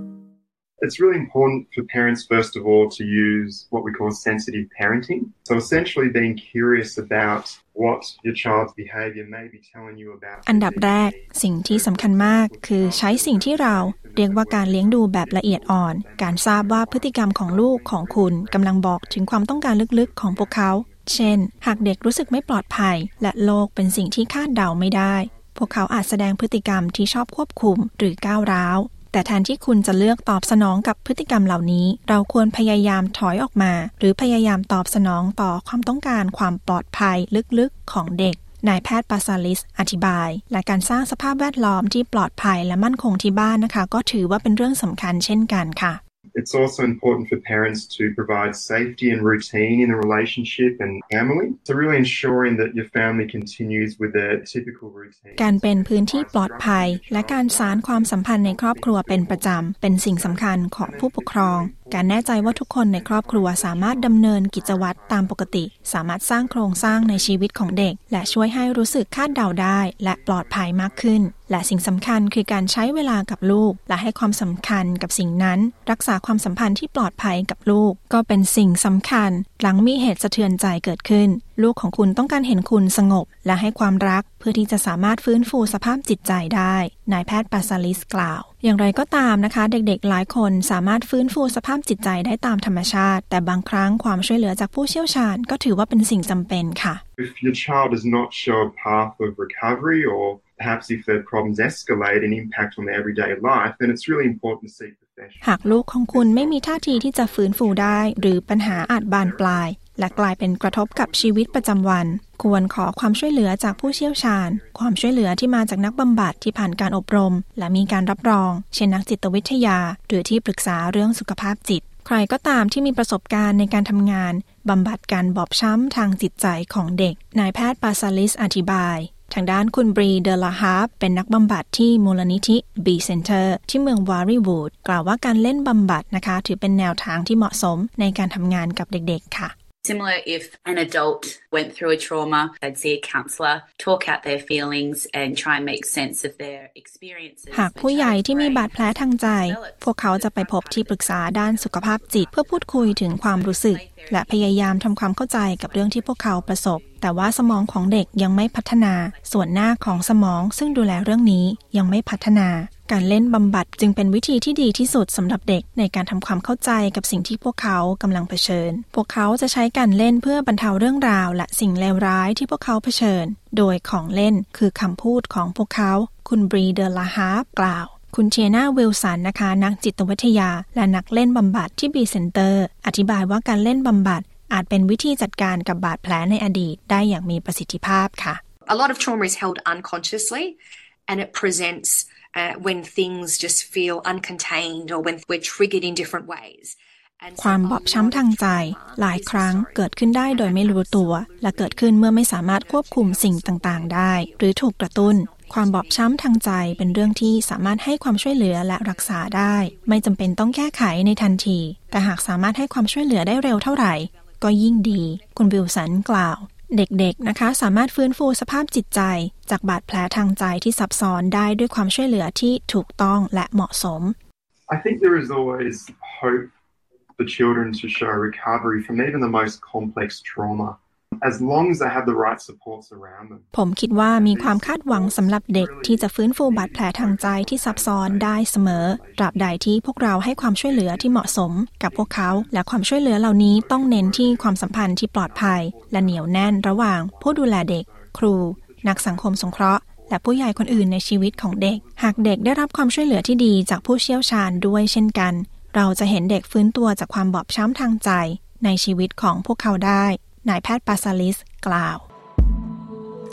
It's really important for parents, first of all, to use what we call sensitive parenting. So essentially being curious about what your child's behavior may be telling you about. อันดับแรกสิ่งที่สำคัญมากคือใช้สิ่งที่เราเรียกว่าการเลี้ยงดูแบบละเอียดอ่อนการทราบว่าพฤติกรรมของลูกของคุณกำลังบอกถึงความต้องการลึกๆของพวกเขาเช่นหากเด็กรู้สึกไม่ปลอดภัยและโลกเป็นสิ่งที่คาดเดาไม่ได้พวกเขาอาจแสดงพฤติกรรมที่ชอบควบคุมหรือก้าวร้าวแต่แทนที่คุณจะเลือกตอบสนองกับพฤติกรรมเหล่านี้เราควรพยายามถอยออกมาหรือพยายามตอบสนองต่อความต้องการความปลอดภัยลึกๆของเด็กนายแพทย์ปาซาลิสอธิบายและการสร้างสภาพแวดล้อมที่ปลอดภัยและมั่นคงที่บ้านนะคะก็ถือว่าเป็นเรื่องสำคัญเช่นกันค่ะ It's also important for parents to provide safety and routine in the relationship and family. So really ensuring that your family continues with their typical routine. การเป็นพื้นที่ปลอดภัยและการสานความสัมพันธ์ในครอบครัวเป็นประจำเป็นสิ่งสำคัญของผู้ปกครองการแน่ใจว่าทุกคนในครอบครัวสามารถดำเนินกิจวัตรตามปกติสามารถสร้างโครงสร้างในชีวิตของเด็กและช่วยให้รู้สึกคาดเดาได้และปลอดภัยมากขึ้นและสิ่งสำคัญคือการใช้เวลากับลูกและให้ความสำคัญกับสิ่งนั้นรักษาความสัมพันธ์ที่ปลอดภัยกับลูกก็เป็นสิ่งสำคัญหลังมีเหตุสะเทือนใจเกิดขึ้นลูกของคุณต้องการเห็นคุณสงบและให้ความรักเพื่อที่จะสามารถฟื้นฟูสภาพจิตใจได้นายแพทย์ปาซาลิสกล่าวอย่างไรก็ตามนะคะเด็กๆหลายคนสามารถฟื้นฟูสภาพจิตใจได้ตามธรรมชาติแต่บางครั้งความช่วยเหลือจากผู้เชี่ยวชาญก็ถือว่าเป็นสิ่งจำเป็นค่ะ If your child does not show a path of recovery or perhaps if their problems escalate and impact on their everyday life then it's really important to seek professional หากลูกของคุณไม่มีท่าทีที่จะฟื้นฟูได้หรือปัญหาอาจบานปลายและกลายเป็นกระทบกับชีวิตประจำวันควรขอความช่วยเหลือจากผู้เชี่ยวชาญความช่วยเหลือที่มาจากนักบำบัดที่ผ่านการอบรมและมีการรับรองเช่นนักจิตวิทยาหรือที่ปรึกษาเรื่องสุขภาพจิตใครก็ตามที่มีประสบการณ์ในการทำงานบำบัดการบอบช้ำทางจิตใจของเด็กนายแพทย์ปาซาลิสอธิบายทางด้านคุณบรีเดลาฮาร์ฟเป็นนักบำบัดที่มูลนิธิ B Center ที่เมืองวารีวูดกล่าวว่าการเล่นบำบัดนะคะถือเป็นแนวทางที่เหมาะสมในการทำงานกับเด็กๆค่ะ Similar if an adult went through a trauma, they'd see a counsellor, talk out their feelings and try and make sense of their experiences. หากผู้ใหญ่ที่มีบาดแผลทางใจพวกเขาจะไปพบที่ปรึกษาด้านสุขภาพจิตเพื่อพูดคุยถึงความรู้สึกและพยายามทำความเข้าใจกับเรื่องที่พวกเขาประสบแต่ว่าสมองของเด็กยังไม่พัฒนาส่วนหน้าของสมองซึ่งดูแลเรื่องนี้ยังไม่พัฒนาการเล่นบำบัดจึงเป็นวิธีที่ดีที่สุดสำหรับเด็กในการทำความเข้าใจกับสิ่งที่พวกเขากำลังเผชิญพวกเขาจะใช้การเล่นเพื่อบรรเทาเรื่องราวและสิ่งเลวร้ายที่พวกเขาเผชิญโดยของเล่นคือคำพูดของพวกเขาคุณบรีเดลาฮาร์ฟกล่าวคุณเชียนาวิลสันนะคะนักจิตวิทยาและนักเล่นบำบัดที่ B Center อธิบายว่าการเล่นบำบัดอาจเป็นวิธีจัดการกับบาดแผลในอดีตได้อย่างมีประสิทธิภาพค่ะ A lot of trauma is held unconsciously and it presents when things just feel uncontained or when we're triggered in different ways ความบอบช้ำทางใจหลายครั้งเกิดขึ้นได้โดยไม่รู้ตัวและเกิดขึ้นเมื่อไม่สามารถควบคุมสิ่งต่างๆได้หรือถูกกระตุ้นความบอบช้ำทางใจเป็นเรื่องที่สามารถให้ความช่วยเหลือและรักษาได้ไม่จำเป็นต้องแก้ไขในทันทีแต่หากสามารถให้ความช่วยเหลือได้เร็วเท่าไหร่ก็ยิ่งดีคุณวิลสันกล่าวเด็กๆนะคะสามารถฟื้นฟูสภาพจิตใจจากบาดแผลทางใจที่ซับซ้อนได้ด้วยความช่วยเหลือที่ถูกต้องและเหมาะสม I think there is always hope for children to show recovery from even the most complex trauma as long as they have the right supports around them ผมคิดว่ามีความคาดหวังสำหรับเด็กที่จะฟื้นฟูบาดแผลทางใจที่ซับซ้อนได้เสมอตราบใดที่พวกเราให้ความช่วยเหลือที่เหมาะสมกับพวกเขาและความช่วยเหลือเหล่านี้ต้องเน้นที่ความสัมพันธ์ที่ปลอดภัยและเหนียวแน่นระหว่างผู้ดูแลเด็กครูนักสังคมสงเคราะห์และผู้ใหญ่คนอื่นในชีวิตของเด็กหากเด็กได้รับความช่วยเหลือที่ดีจากผู้เชี่ยวชาญด้วยเช่นกันเราจะเห็นเด็กฟื้นตัวจากความบอบช้ำทางใจในชีวิตของพวกเขาได้นายแพทย์ปาซาลิสกล่าว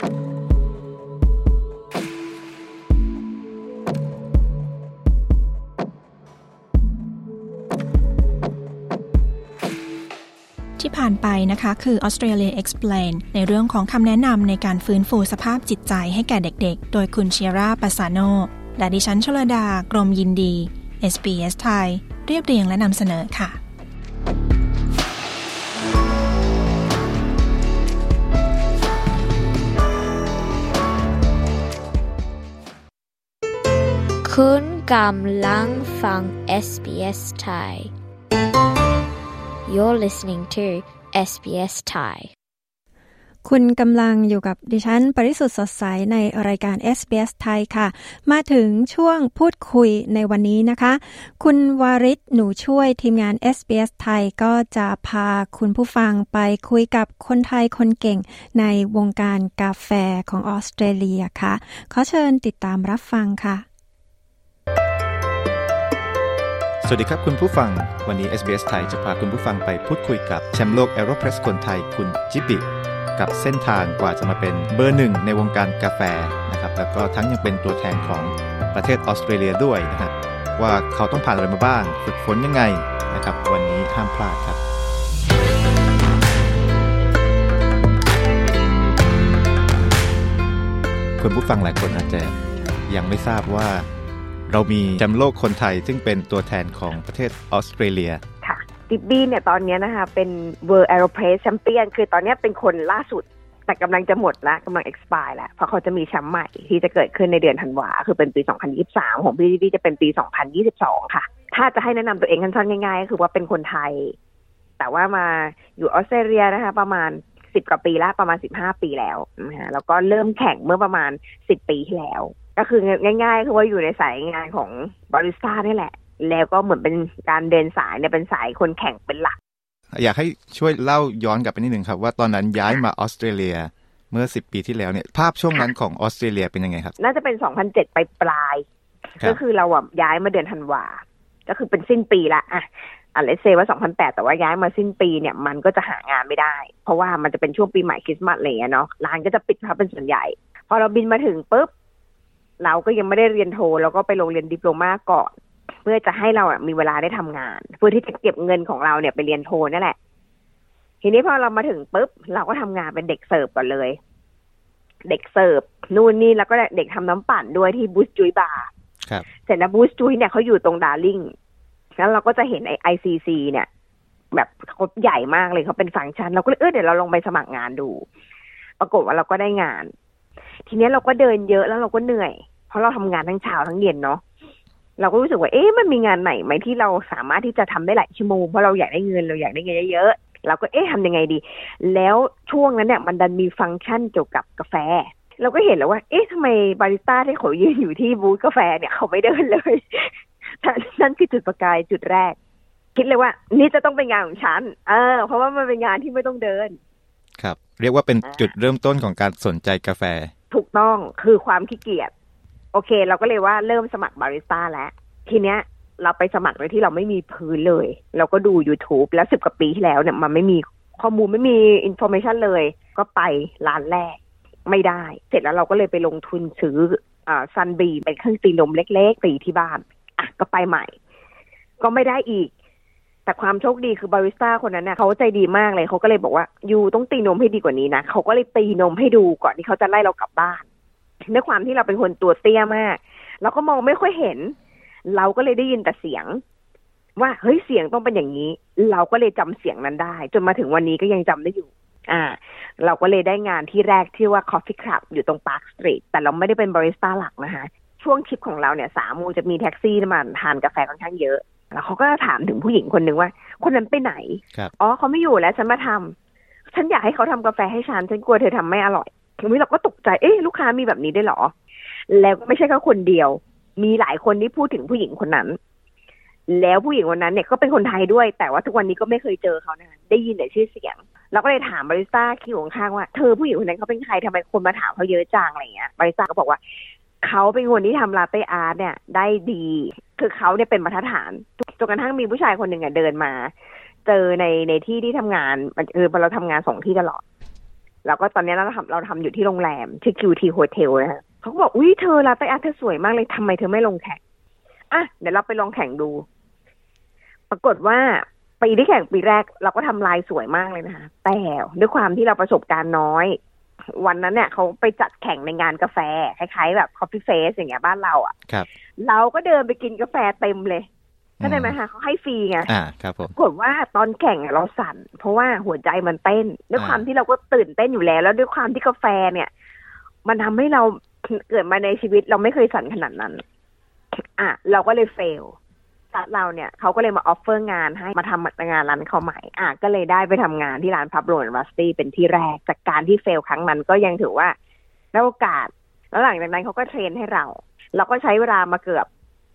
ผ่านไปนะคะคือ Australia Explain ในเรื่องของคำแนะนำในการฟื้นฟูสภาพจิตใจให้แก่เด็กๆโดยคุณเชียร่าปาซาโนและดิฉันชลดากรมยินดี SBS ไทยเรียบเรียงและนำเสนอค่ะคุณกำลังฟัง SBS Thai You're listening to SBS Thai คุณกำลังอยู่กับดิฉันปริสุทธิ์สดใสในรายการ SBS ไทยค่ะมาถึงช่วงพูดคุยในวันนี้นะคะคุณวาริศหนูช่วยทีมงาน SBS ไทยก็จะพาคุณผู้ฟังไปคุยกับคนไทยคนเก่งในวงการกาแฟของออสเตรเลียค่ะขอเชิญติดตามรับฟังค่ะสวัสดีครับคุณผู้ฟังวันนี้ SBS ไทยจะพาคุณผู้ฟังไปพูดคุยกับแชมป์โลก Aeropress คนไทยคุณจิบิกับเส้นทางกว่าจะมาเป็นเบอร์หนึ่งในวงการกาแฟนะครับแล้วก็ทั้งยังเป็นตัวแทนของประเทศออสเตรเลียด้วยนะฮะว่าเขาต้องผ่านอะไรมาบ้างฝึกฝนยังไงนะครับวันนี้ห้ามพลาดครับคุณผู้ฟังหลายคนอาจจะยังไม่ทราบว่าเรามีแชมป์โลกคนไทยซึ่งเป็นตัวแทนของประเทศออสเตรเลียค่ะจิบบี้เนี่ยตอนนี้นะคะเป็น World Aeropress Champion คือตอนนี้เป็นคนล่าสุดแต่กำลังจะหมดแล้วกำลัง expire แล้วเพราะเขาจะมีแชมป์ใหม่ที่จะเกิดขึ้นในเดือนธันวาคือเป็นปี2023ของพี่จิบบี้จะเป็นปี2022ค่ะถ้าจะให้แนะนำตัวเองสั้นๆง่ายๆก็คือว่าเป็นคนไทยแต่ว่ามาอยู่ออสเตรเลียนะคะประมาณ10กว่าปีแล้วประมาณ15ปีแล้วนะคะแล้วก็เริ่มแข่งเมื่อประมาณ10ปีที่แล้วก็คือง่ายๆคือว่าอยู่ในสายงานของบาริสต้านี่แหละแล้วก็เหมือนเป็นการเดินสายเนี่ยเป็นสายคนแข่งเป็นหลักอยากให้ช่วยเล่าย้อนกลับไปนิดนึงครับว่าตอนนั้นย้ายมาออสเตรเลียเมื่อ10ปีที่แล้วเนี่ยภาพช่วงนั้นของออสเตรเลียเป็นยังไงครับน่าจะเป็น2007ปลายก็คือเราย้ายมาเดือนธันวาก็คือเป็นสิ้นปีละเลทเซว่า2008แต่ว่าย้ายมาสิ้นปีเนี่ยมันก็จะหางานไม่ได้เพราะว่ามันจะเป็นช่วงปีใหม่คริสต์มาสอะไรอย่างเงี้ยเนาะร้านก็จะปิดครับเป็นส่วนใหญ่พอเราบินมาถึงปุ๊บเราก็ยังไม่ได้เรียนโทเราก็ไปลงเรียนดิโพลมาก่อนเพื่อจะให้เรามีเวลาได้ทำงานเพื่อที่จะเก็บเงินของเราเนี่ยไปเรียนโทนั่นแหละทีนี้พอเรามาถึงปุ๊บเราก็ทำงานเป็นเด็กเสิร์ฟก่อนเลยเด็กเสิร์ฟนู่นนี่แล้วก็เด็กทำน้ำปั่นด้วยที่บูสจุยบาร์เสร็จแล้วบูสจุยเนี่ยเขาอยู่ตรงดาร์ลิงแล้วเราก็จะเห็นไอICC เนี่ยแบบเขาใหญ่มากเลยเขาเป็นฟังก์ชันเราก็เลยเดี๋ยวเราลงไปสมัครงานดูปรากฏว่าเราก็ได้งานทีนี้เราก็เดินเยอะแล้วเราก็เหนื่อยเพราะเราทำงานทั้งเช้าทั้งเย็นเนาะเราก็รู้สึกว่ามันมีงานไหนไหมที่เราสามารถที่จะทำได้หลายชั่วโมงเพราะเราอยากได้เงินเราอยากได้เงินเยอะๆเราก็ทำยังไงดีแล้วช่วงนั้นเนี่ยมันดันมีฟังก์ชันเกี่ยวกับกาแฟเราก็เห็นแล้วว่าทำไมบาริสต้าที่เขายืนอยู่ที่บูธกาแฟเนี่ยเขาไม่เดินเลยนั่นคือจุดประกายจุดแรกคิดเลยว่านี่จะต้องเป็นงานของฉันเพราะว่ามันเป็นงานที่ไม่ต้องเดินครับเรียกว่าเป็นจุดเริ่มต้นของการสนใจกาแฟถูกต้องคือความขี้เกียจโอเคเราก็เลยว่าเริ่มสมัครบาริสต้าแล้วทีเนี้ยเราไปสมัครโดยที่เราไม่มีพื้นเลยเราก็ดู YouTube แล้ว10กว่าปีที่แล้วเนี่ยมันไม่มีข้อมูลไม่มีอินโฟเมชันเลยก็ไปร้านแรกไม่ได้เสร็จแล้วเราก็เลยไปลงทุนซื้อซันบีเป็นเครื่องตีนมเล็กๆตีที่บ้านก็ไปใหม่ก็ไม่ได้อีกแต่ความโชคดีคือบาริสต้าคนนั้นเนี่ยเขาใจดีมากเลยเขาก็เลยบอกว่ายูต้องตีนมให้ดีกว่านี้นะเขาก็เลยตีนมให้ดูก่อนที่เขาจะไล่เรากลับบ้านด้วยความที่เราเป็นคนตัวเตี้ยมากเราก็มองไม่ค่อยเห็นเราก็เลยได้ยินแต่เสียงว่าเฮ้ยเสียงต้องเป็นอย่างนี้เราก็เลยจำเสียงนั้นได้จนมาถึงวันนี้ก็ยังจำได้อยู่เราก็เลยได้งานที่แรกที่ว่า Coffee Club อยู่ตรง Park Street แต่เราไม่ได้เป็นบาริสต้าหลักนะคะช่วงทริปของเราเนี่ย3 โมงจะมีแท็กซี่มาทานกาแฟค่อนข้างเยอะแล้วเขาก็ถามถึงผู้หญิงคนนึงว่าคนนั้นไปไหนเขาไม่อยู่แล้วฉันมาทำฉันอยากให้เขาทำกาแฟให้ฉันกลัวเธอทำไม่อร่อยทีนี้เราก็ตกใจลูกค้ามีแบบนี้ได้หรอแล้วไม่ใช่แค่คนเดียวมีหลายคนที่พูดถึงผู้หญิงคนนั้นแล้วผู้หญิงคนนั้นเนี่ยก็เป็นคนไทยด้วยแต่ว่าทุกวันนี้ก็ไม่เคยเจอเขานะได้ยินแต่ชื่อเสียงเราก็เลยถามบาริสต้าคิวข้างว่าเธอผู้หญิงคนนั้นเขาเป็นใครทำไมคนมาถามเขาเยอะจังอะไรเงี้ยบาริสต้าก็บอกว่าเขาเป็นคนที่ทำลาเต้อาร์ตเนี่ยได้ดีคือเขาเนี่ยเป็นมาตรฐานจนกระทั่งมีผู้ชายคนหนึ่งเดินมาเจอในที่ทำงานเราทำงาน2ที่ตลอดแล้วก็ตอนนี้เราทำอยู่ที่โรงแรมชื่อ QT Hotel นะเขาก็บอกอุ้ยเธอลาเต้อาร์ตเธอสวยมากเลยทำไมเธอไม่ลงแข่งเดี๋ยวเราไปลองแข่งดูปรากฏว่าปีที่แข่งปีแรกเราก็ทำลายสวยมากเลยนะคะแต่ด้วยความที่เราประสบการณ์น้อยวันนั้นเนี่ยเขาไปจัดแข่งในงานกาแฟคล้ายๆแบบ Coffee Face อย่างเงี้ยบ้านเราอ่ะครับเราก็เดินไปกินกาแฟเต็มเลยเข้าใจไหมคะเขาให้ฟรีไงครับผมปรากฏว่าตอนแข่งเราสั่นเพราะว่าหัวใจมันเต้นด้วยความที่เราก็ตื่นเต้นอยู่แล้วด้วยความที่กาแฟเนี่ยมันทำให้เราเกิดมาในชีวิตเราไม่เคยสั่นขนาดนั้นเราก็เลยเฟลเราเนี่ยเขาก็เลยมาออฟเฟอร์งานให้มาทำงานร้านเขาใหม่ก็เลยได้ไปทำงานที่ร้าน Pablo & Rusty เป็นที่แรกจากการที่เฟลครั้งนั้นก็ยังถือว่าได้โอกาสแล้วหลังจากนั้นเขาก็เทรนให้เราก็ใช้เวลามาเกือบ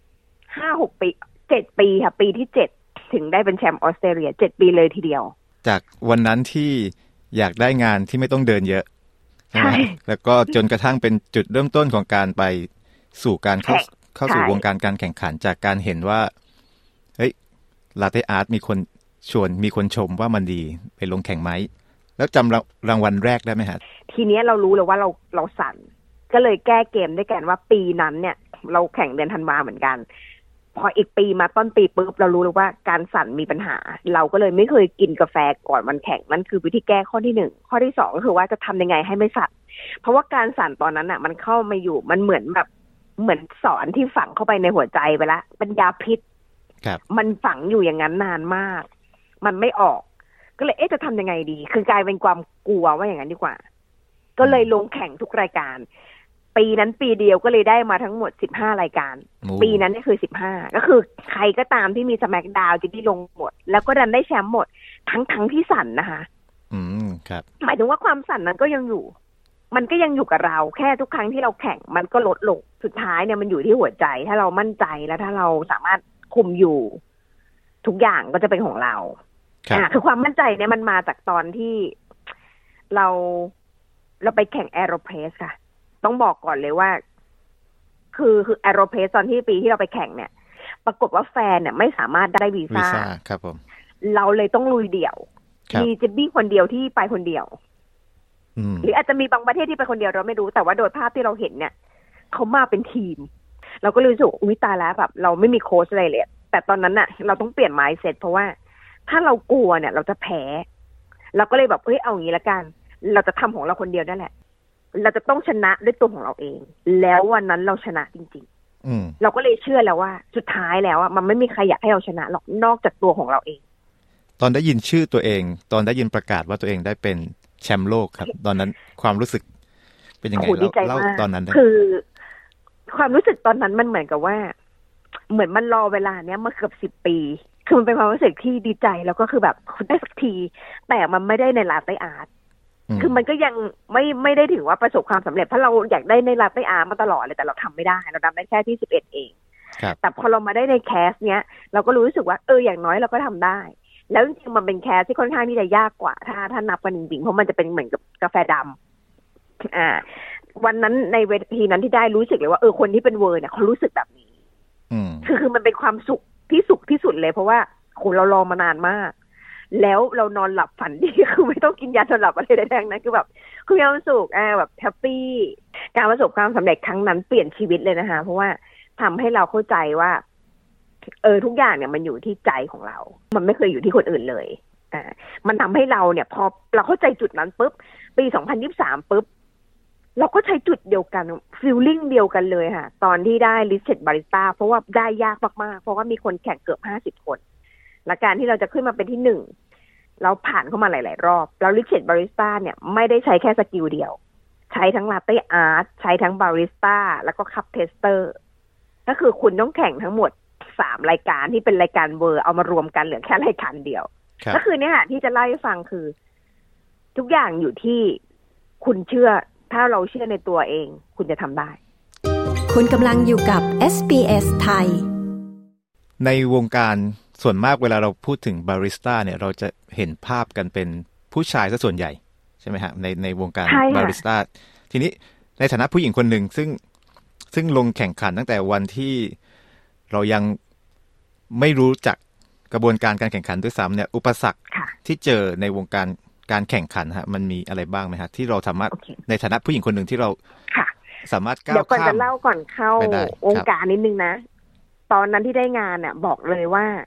5-6 ปี 7 ปีค่ะปีที่7ถึงได้เป็นแชมป์ออสเตรเลีย7 ปีเลยทีเดียวจากวันนั้นที่อยากได้งานที่ไม่ต้องเดินเยอะใช่แล้วก็จนกระทั่งเป็นจุดเริ่มต้นของการไปสู่การเข้าสู่วงการการแข่งขันจากการเห็นว่าเฮ้ยลาเต้อาร์ตมีคนชวนมีคนชมว่ามันดีไปลงแข่งไหมแล้วจำรางวัลแรกได้ไหมฮะทีนี้เรารู้เลยว่าเราสั่นก็เลยแก้เกมด้วยกันว่าปีนั้นเนี่ยเราแข่งเดือนธันวาเหมือนกันพออีกปีมาต้นปีปุ๊บเรารู้เลยว่าการสั่นมีปัญหาเราก็เลยไม่เคยกินกาแฟก่อนวันแข่งนั่นคือวิธีแก้ข้อที่1ข้อที่2ก็คือว่าจะทำยังไงให้ไม่สั่นเพราะว่าการสั่นตอนนั้นอ่ะมันเข้ามาอยู่มันเหมือนสอนที่ฝังเข้าไปในหัวใจไปแล้วเป็นยาพิษมันฝังอยู่อย่างนั้นนานมากมันไม่ออกก็เลยจะทำยังไงดีคือกลายเป็นความกลัวว่าอย่างนั้นดีกว่าก็เลยลงแข่งทุกรายการปีนั้นปีเดียวก็เลยได้มาทั้งหมด15รายการปีนั้นนี่คือ15ก็คือใครก็ตามที่มีสแมคดาวน์จะได้ลงหมดแล้วก็ดันได้แชมป์หมดทั้งที่สั่นนะคะครับหมายถึงว่าความสั่นนั้นก็ยังอยู่มันก็ยังอยู่กับเราแค่ทุกครั้งที่เราแข่งมันก็ลดลงสุดท้ายเนี่ยมันอยู่ที่หัวใจถ้าเรามั่นใจแล้วถ้าเราสามารถคุมอยู่ทุกอย่างก็จะเป็นของเราคือความมั่นใจเนี่ยมันมาจากตอนที่เราไปแข่งแอโรเพสค่ะต้องบอกก่อนเลยว่าคือแอโรเพสตอนที่ปีที่เราไปแข่งเนี่ยปรากฏว่าแฟนเนี่ยไม่สามารถได้วีซ่าครับผมเราเลยต้องลุยเดี่ยวมีเจบบี้คนเดียวที่ไปคนเดียวหรืออาจจะมีบางประเทศที่ไปคนเดียวเราไม่รู้แต่ว่าโดยภาพที่เราเห็นเนี่ยเขามาเป็นทีมเราก็รู้สึกอุ๊ยตายแล้วแบบเราไม่มีโค้ชอะไรเลยแต่ตอนนั้นน่ะเราต้องเปลี่ยน mindset เพราะว่าถ้าเรากลัวเนี่ยเราจะแพ้เราก็เลยแบบเอาอย่างนี้ละกันเราจะทำของเราคนเดียวนั่นแหละเราจะต้องชนะด้วยตัวของเราเองแล้ววันนั้นเราชนะจริงๆเราก็เลยเชื่อแล้วว่าสุดท้ายแล้วมันไม่มีใครอยากให้เราชนะหรอกนอกจากตัวของเราเองตอนได้ยินชื่อตัวเองตอนได้ยินประกาศว่าตัวเองได้เป็นแชมป์โลกครับตอนนั้นความรู้สึกเป็นยังไงเล่าตอนนั้นได้คือความรู้สึกตอนนั้นมันเหมือนกับว่าเหมือนมันรอเวลาเนี้ยมาเกือบ10 ปีคือมันเป็นความรู้สึกที่ดีใจแล้วก็คือแบบได้สักทีแต่มันไม่ได้ในลาเต้อาร์ตคือมันก็ยังไม่ได้ถือว่าประสบความสำเร็จเพราะเราอยากได้ในลาเต้อาร์ตมาตลอดเลยแต่เราทำไม่ได้เราทำได้แค่ที่11เองแต่พอเรามาได้ในแคสเนี้ยเราก็รู้สึกว่าอย่างน้อยเราก็ทำได้แล้วจริงๆมันเป็นแคสที่ค่อนข้างที่จะยากกว่าถ้านับกันจริงๆเพราะมันจะเป็นเหมือนกับกาแฟดำวันนั้นในเวทีนั้นที่ได้รู้สึกเลยว่าคนที่เป็นเวอร์เนี่ยเขารู้สึกแบบนี้คือมันเป็นความสุขที่สุดเลยเพราะว่าเรารอมานานมากแล้วเรานอนหลับฝันดีคือไม่ต้องกินยาสลับอะไรใดๆนะคือแบบคือมีความสุขแบบแฮปปี้การประสบความสำเร็จครั้งนั้นเปลี่ยนชีวิตเลยนะคะเพราะว่าทำให้เราเข้าใจว่าทุกอย่างเนี่ยมันอยู่ที่ใจของเรามันไม่เคยอยู่ที่คนอื่นเลยมันทำให้เราเนี่ยพอเราเข้าใจจุดนั้นปุ๊บปี2023ปุ๊บเราก็ใช้จุดเดียวกันฟีลลิ่งเดียวกันเลยค่ะตอนที่ได้ลิสเต็ดบาริสต้าเพราะว่าได้ยากมากๆเพราะว่ามีคนแข่งเกือบ50 คนและการที่เราจะขึ้นมาเป็นที่1เราผ่านเข้ามาหลายๆรอบแล้วลิสเต็ดบาริสต้าเนี่ยไม่ได้ใช้แค่สกิลเดียวใช้ทั้งลาเต้อาร์ตใช้ทั้งบาริสต้าแล้วก็คัพเทสเตอร์ก็คือคุณต้องแข่งทั้งหมด3รายการที่เป็นรายการเวอร์เอามารวมกันเหลือแค่รายการเดียวก็คือเนี่ยที่จะเล่าให้ฟังคือทุกอย่างอยู่ที่คุณเชื่อถ้าเราเชื่อในตัวเองคุณจะทำได้คุณกำลังอยู่กับ SBS ไทยในวงการส่วนมากเวลาเราพูดถึงบาริสต้าเนี่ยเราจะเห็นภาพกันเป็นผู้ชายซะส่วนใหญ่ใช่ไหมฮะในวงการบาริสต้าทีนี้ในฐานะผู้หญิงคนหนึ่งซึ่งลงแข่งขันตั้งแต่วันที่เรายังไม่รู้จักกระบวนการการแข่งขันด้วยซ้ำเนี่ยอุปสรรคที่เจอในวงการแข่งขันฮะมันมีอะไรบ้างไหมฮะที่เราสามารถในฐานะผู้หญิงคนหนึ่งที่เราสามารถก้าวข้ามเดี๋ยวก่อนจะเล่าก่อนเข้าวงการนิดนึงนะตอนนั้นที่ได้งานเนี่ยบอกเลยว่า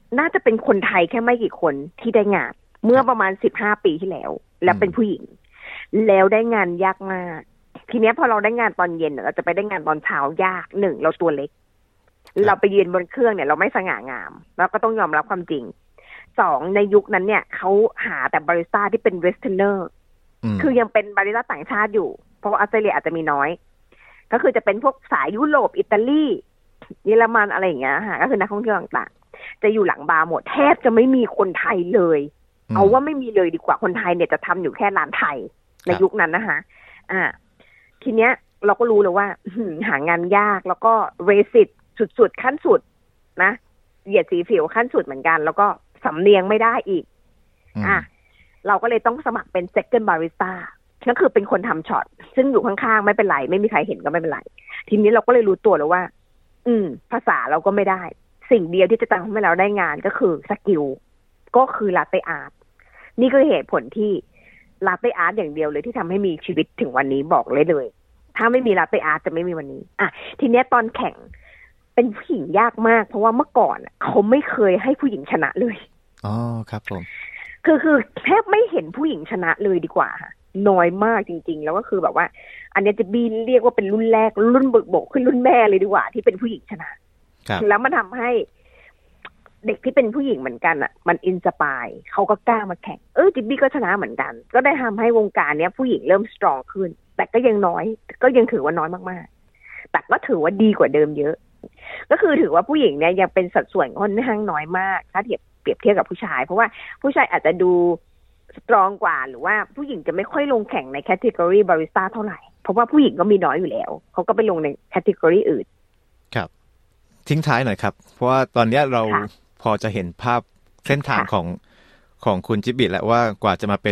น่าจะเป็นคนไทยแค่ไม่กี่คนที่ได้งานเมื่อประมาณ15 ปีที่แล้วแล้วเป็นผู้หญิงแล้วได้งานยากมากทีนี้พอเราได้งานตอนเย็นเราจะไปได้งานตอนเช้ายาก1เราตัวเล็กเราไปยืนบนเครื่องเนี่ยเราไม่สง่างามแล้วก็ต้องยอมรับความจริง2ในยุคนั้นเนี่ยเขาหาแต่บาริสต้าที่เป็นเวสเทิร์นเนอร์คือยังเป็นบาริสต้าต่างชาติอยู่เพราะว่าออสเตรเลียอาจจะมีน้อยก็คือจะเป็นพวกสายยุโรปอิตาลีเยอรมันอะไรอย่างเงี้ยค่ะก็คือนักท่องเที่ยวต่างๆจะอยู่หลังบาร์หมดแทบจะไม่มีคนไทยเลยเอาว่าไม่มีเลยดีกว่าคนไทยเนี่ยจะทำอยู่แค่ร้านไทยในยุคนั้นนะคะทีเนี้ยเราก็รู้เลยว่าหางานยากแล้วก็เรสิตสุดๆขั้นสุดนะเหยียดสีผิวขั้นสุดเหมือนกันแล้วก็สำเนียงไม่ได้อีกเราก็เลยต้องสมัครเป็น second barista ก็คือเป็นคนทำช็อตซึ่งอยู่ข้างๆไม่เป็นไรไม่มีใครเห็นก็ไม่เป็นไรทีนี้เราก็เลยรู้ตัวแล้วว่าภาษาเราก็ไม่ได้สิ่งเดียวที่จะทำให้เราได้งานก็คือสกิลก็คือลาเต้อาร์ตนี่คือเหตุผลที่ลาเต้อาร์ตอย่างเดียวเลยที่ทำให้มีชีวิตถึงวันนี้บอกเลยถ้าไม่มีลาเต้อาร์ตจะไม่มีวันนี้ทีนี้ตอนแข่งเป็นผู้หญิงยากมากเพราะว่าเมื่อก่อนเขาไม่เคยให้ผู้หญิงชนะเลยอ๋อครับผมคือแทบไม่เห็นผู้หญิงชนะเลยดีกว่าค่ะน้อยมากจริงๆแล้วก็คือแบบว่าอันนี้จะบีเรียกว่าเป็นรุ่นแรกรุ่นบกขึ้นรุ่นแม่เลยดีกว่าที่เป็นผู้หญิงชนะแล้วมันทำให้เด็กที่เป็นผู้หญิงเหมือนกันมันอินสปายเขาก็กล้ามาแข่งจิบบี้ก็ชนะเหมือนกันก็ได้ทำให้วงการนี้ผู้หญิงเริ่มสตรองขึ้นแต่ก็ยังน้อยก็ยังถือว่าน้อยมากๆแต่ก็ถือว่าดีกว่าเดิมเยอะก็คือถือว่าผู้หญิงเนี่ยยังเป็นสัดส่วนค่อนข้างน้อยมากถ้าเปรียบเทียบกับผู้ชายเพราะว่าผู้ชายอาจจะดูสตรองกว่าหรือว่าผู้หญิงจะไม่ค่อยลงแข่งในแคตตากรีบาริสต้าเท่าไหร่เพราะว่าผู้หญิงก็มีน้อยอยู่แล้วเขาก็ไปลงในแคตตากรีอื่นครับทิ้งท้ายหน่อยครับเพราะว่าตอนนี้เราพอจะเห็นภาพเส้นทางของคุณจิ๊บบิแล้วว่ากว่าจะมาเป็น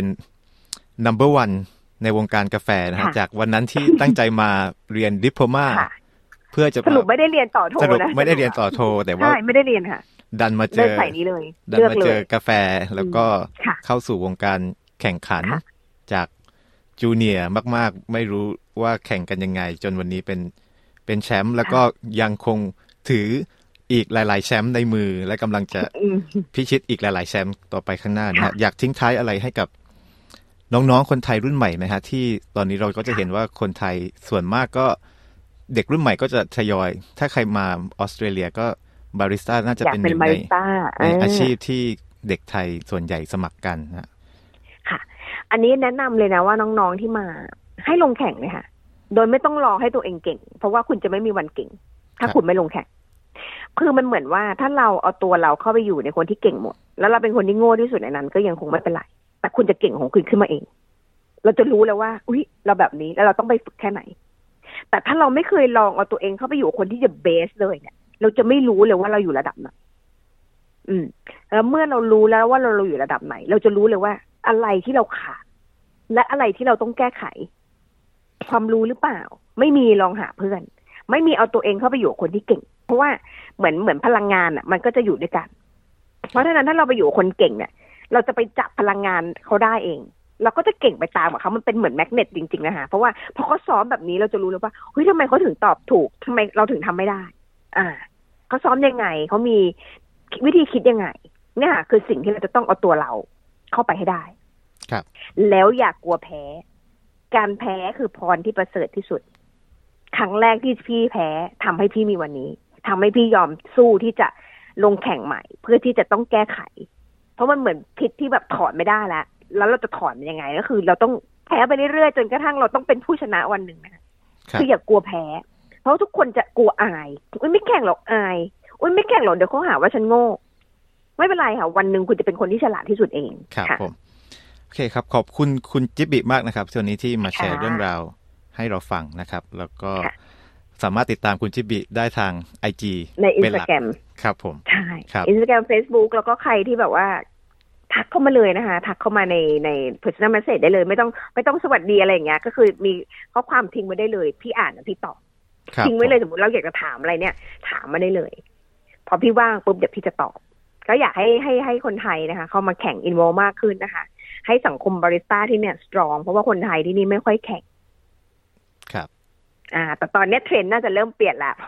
number one ในวงการกาแฟนะฮะจากวันนั้นที่ตั้งใจมาเรียนดิปโลมาเพื่อจะสรุปไม่ได้เรียนต่อโทนะไม่ได้เรียนต่อโทแต่ว่าไม่ได้เรียนค่ะดันมาเจอกาแฟแล้วก็เข้าสู่วงการแข่งขันจากจูเนียร์มากๆไม่รู้ว่าแข่งกันยังไงจนวันนี้เป็นแชมป์แล้วก็ยังคงถืออีกหลายๆแชมป์ในมือและกำลังจะพิชิตอีกหลายๆแชมป์ต่อไปข้างหน้านะฮะอยากทิ้งท้ายอะไรให้กับน้องๆคนไทยรุ่นใหม่ไหมฮะที่ตอนนี้เราก็จะเห็นว่าคนไทยส่วนมากก็เด็กรุ่นใหม่ก็จะทยอยถ้าใครมาออสเตรเลียก็บาริสต้าน่าจะเป็นหนึ่งในอาชีพที่เด็กไทยส่วนใหญ่สมัครกันนะค่ะอันนี้แนะนำเลยนะว่าน้องๆที่มาให้ลงแข่งเลยค่ะโดยไม่ต้องรอให้ตัวเองเก่งเพราะว่าคุณจะไม่มีวันเก่งถ้าคุณไม่ลงแข่งคือมันเหมือนว่าถ้าเราเอาตัวเราเข้าไปอยู่ในคนที่เก่งหมดแล้วเราเป็นคนที่โง่ที่สุดในนั้นก็ยังคงไม่เป็นไรแต่คุณจะเก่งของคุณขึ้นมาเองเราจะรู้แล้วว่าอุ๊ยเราแบบนี้แล้วเราต้องไปฝึกแค่ไหนแต่ถ้าเราไม่เคยลองเอาตัวเองเข้าไปอยู่คนที่จะเบสเลยเนี่ยเราจะไม่รู้เลยว่าเราอยู่ระดับไหนแล้วเมื่อเรารู้แล้วว่าเราอยู่ระดับไหนเราจะรู้เลยว่าอะไรที่เราขาดและอะไรที่เราต้องแก้ไขความรู้หรือเปล่าไม่มีลองหาเพื่อนไม่มีเอาตัวเองเข้าไปอยู่คนที่เก่งเพราะว่าเหมือนพลังงานมันก็จะอยู่ด้วยกันเพราะฉะนั้นถ้าเราไปอยู่คนเก่งเนี่ยเราจะไปจับพลังงานเขาได้เองเราก็จะเก่งไปตามกับเขามันเป็นเหมือนแมกเนตจริงๆนะคะเพราะว่าพอเขาซ้อมแบบนี้เราจะรู้เลยว่าเฮ้ยทำไมเขาถึงตอบถูกทำไมเราถึงทำไม่ได้เขาซ้อมยังไงเขามีวิธีคิดยังไงเนี่ยคือสิ่งที่เราจะต้องเอาตัวเราเข้าไปให้ได้ครับแล้วอย่ากลัวแพ้การแพ้คือพรที่ประเสริฐที่สุดครั้งแรกที่พี่แพ้ทำให้พี่มีวันนี้ทำให้พี่ยอมสู้ที่จะลงแข่งใหม่เพื่อที่จะต้องแก้ไขเพราะมันเหมือนพิษที่แบบถอดไม่ได้แล้วเราจะถอนมันยังไงก็คือเราต้องแพ้ไปเรื่อยๆจนกระทั่งเราต้องเป็นผู้ชนะวันหนึ่งนะคืออย่ากลัวแพ้เพราะทุกคนจะกลัวอายอุ้ยไม่แข่งหรอกอายอุ้ยไม่แข่งหรอกเดี๋ยวเขาหาว่าฉันโง่ไม่เป็นไรค่ะวันหนึ่งคุณจะเป็นคนที่ฉลาดที่สุดเองครับผมโอเคครับขอบคุณคุณจิ๊บบิมากนะครับช่วงนี้ที่มาแชร์เรื่องราวให้เราฟังนะครับแล้วก็สามารถติดตามคุณจิ๊บบิได้ทาง IG ใน Instagram ครับผมใช่ครับ Instagram Facebook แล้วก็ใครที่แบบว่าทักเข้ามาเลยนะคะทักเข้ามาใน personal message ได้เลยไม่ต้องสวัสดีอะไรอย่างเงี้ยก็คือมีข้อความทิ้งไว้ได้เลยพี่อ่านพี่ตอบทิ้งไว้เลยสมมติเราอยากจะถามอะไรเนี่ยถามมาได้เลยพอพี่ว่างปุ๊บเดี๋ยวพี่จะตอบก็อยากให้คนไทยนะคะเข้ามาแข่ง involve มากขึ้นนะคะให้สังคมบาริสต้าที่เนี่ย strong เพราะว่าคนไทยที่นี่ไม่ค่อยแข่งครับแต่ตอนนี้เทรนด์น่าจะเริ่มเปลี่ยนแล้วเพราะว่า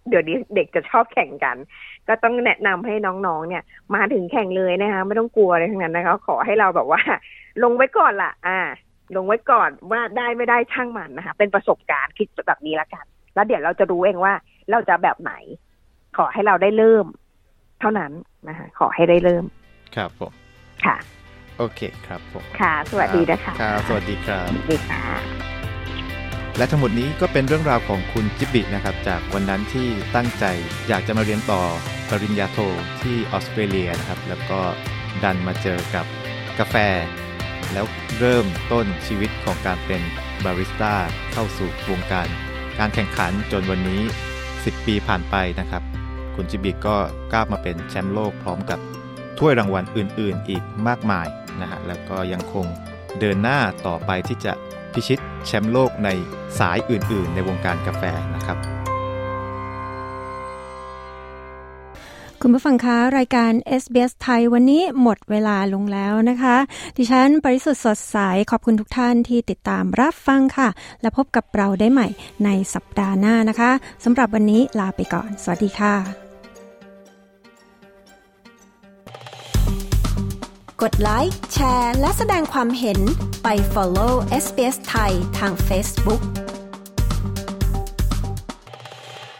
เดี๋ยวนี้เด็กจะชอบแข่งกันก็ต้องแนะนำให้น้องๆเนี่ยมาถึงแข่งเลยนะคะไม่ต้องกลัวอะไรทั้งนั้นนะคะขอให้เราแบบว่าลงไว้ก่อนล่ะลงไว้ก่อนว่าได้ไม่ได้ช่างมันนะคะเป็นประสบการณ์คิดแบบนี้ละกันแล้วเดี๋ยวเราจะรู้เองว่าเราจะแบบไหนขอให้เราได้เริ่มเท่านั้นนะคะขอให้ได้เริ่มครับผมค่ะโอเคครับผมค่ะสวัสดีนะคะครับสวัสดีครับสวัสดีค่ะและทั้งหมดนี้ก็เป็นเรื่องราวของคุณจิบบินะครับจากวันนั้นที่ตั้งใจอยากจะมาเรียนต่อปริญญาโทที่ออสเตรเลียนะครับแล้วก็ดันมาเจอกับกาแฟแล้วเริ่มต้นชีวิตของการเป็นบาริสต้าเข้าสู่วงการแข่งขันจนวันนี้10 ปีผ่านไปนะครับคุณจิบบิก็ก้าวมาเป็นแชมป์โลกพร้อมกับถ้วยรางวัลอื่นๆอีกมากมายนะฮะแล้วก็ยังคงเดินหน้าต่อไปที่จะพิชิตแชมป์โลกในสายอื่นๆในวงการกาแฟนะครับคุณผู้ฟังคะรายการ SBS ไทยวันนี้หมดเวลาลงแล้วนะคะดิฉันปริสุทธิ์สดใสขอบคุณทุกท่านที่ติดตามรับฟังค่ะและพบกับเราได้ใหม่ในสัปดาห์หน้านะคะสำหรับวันนี้ลาไปก่อนสวัสดีค่ะกดไลค์แชร์และแสดงความเห็นไป follow SBS ไทยทาง Facebook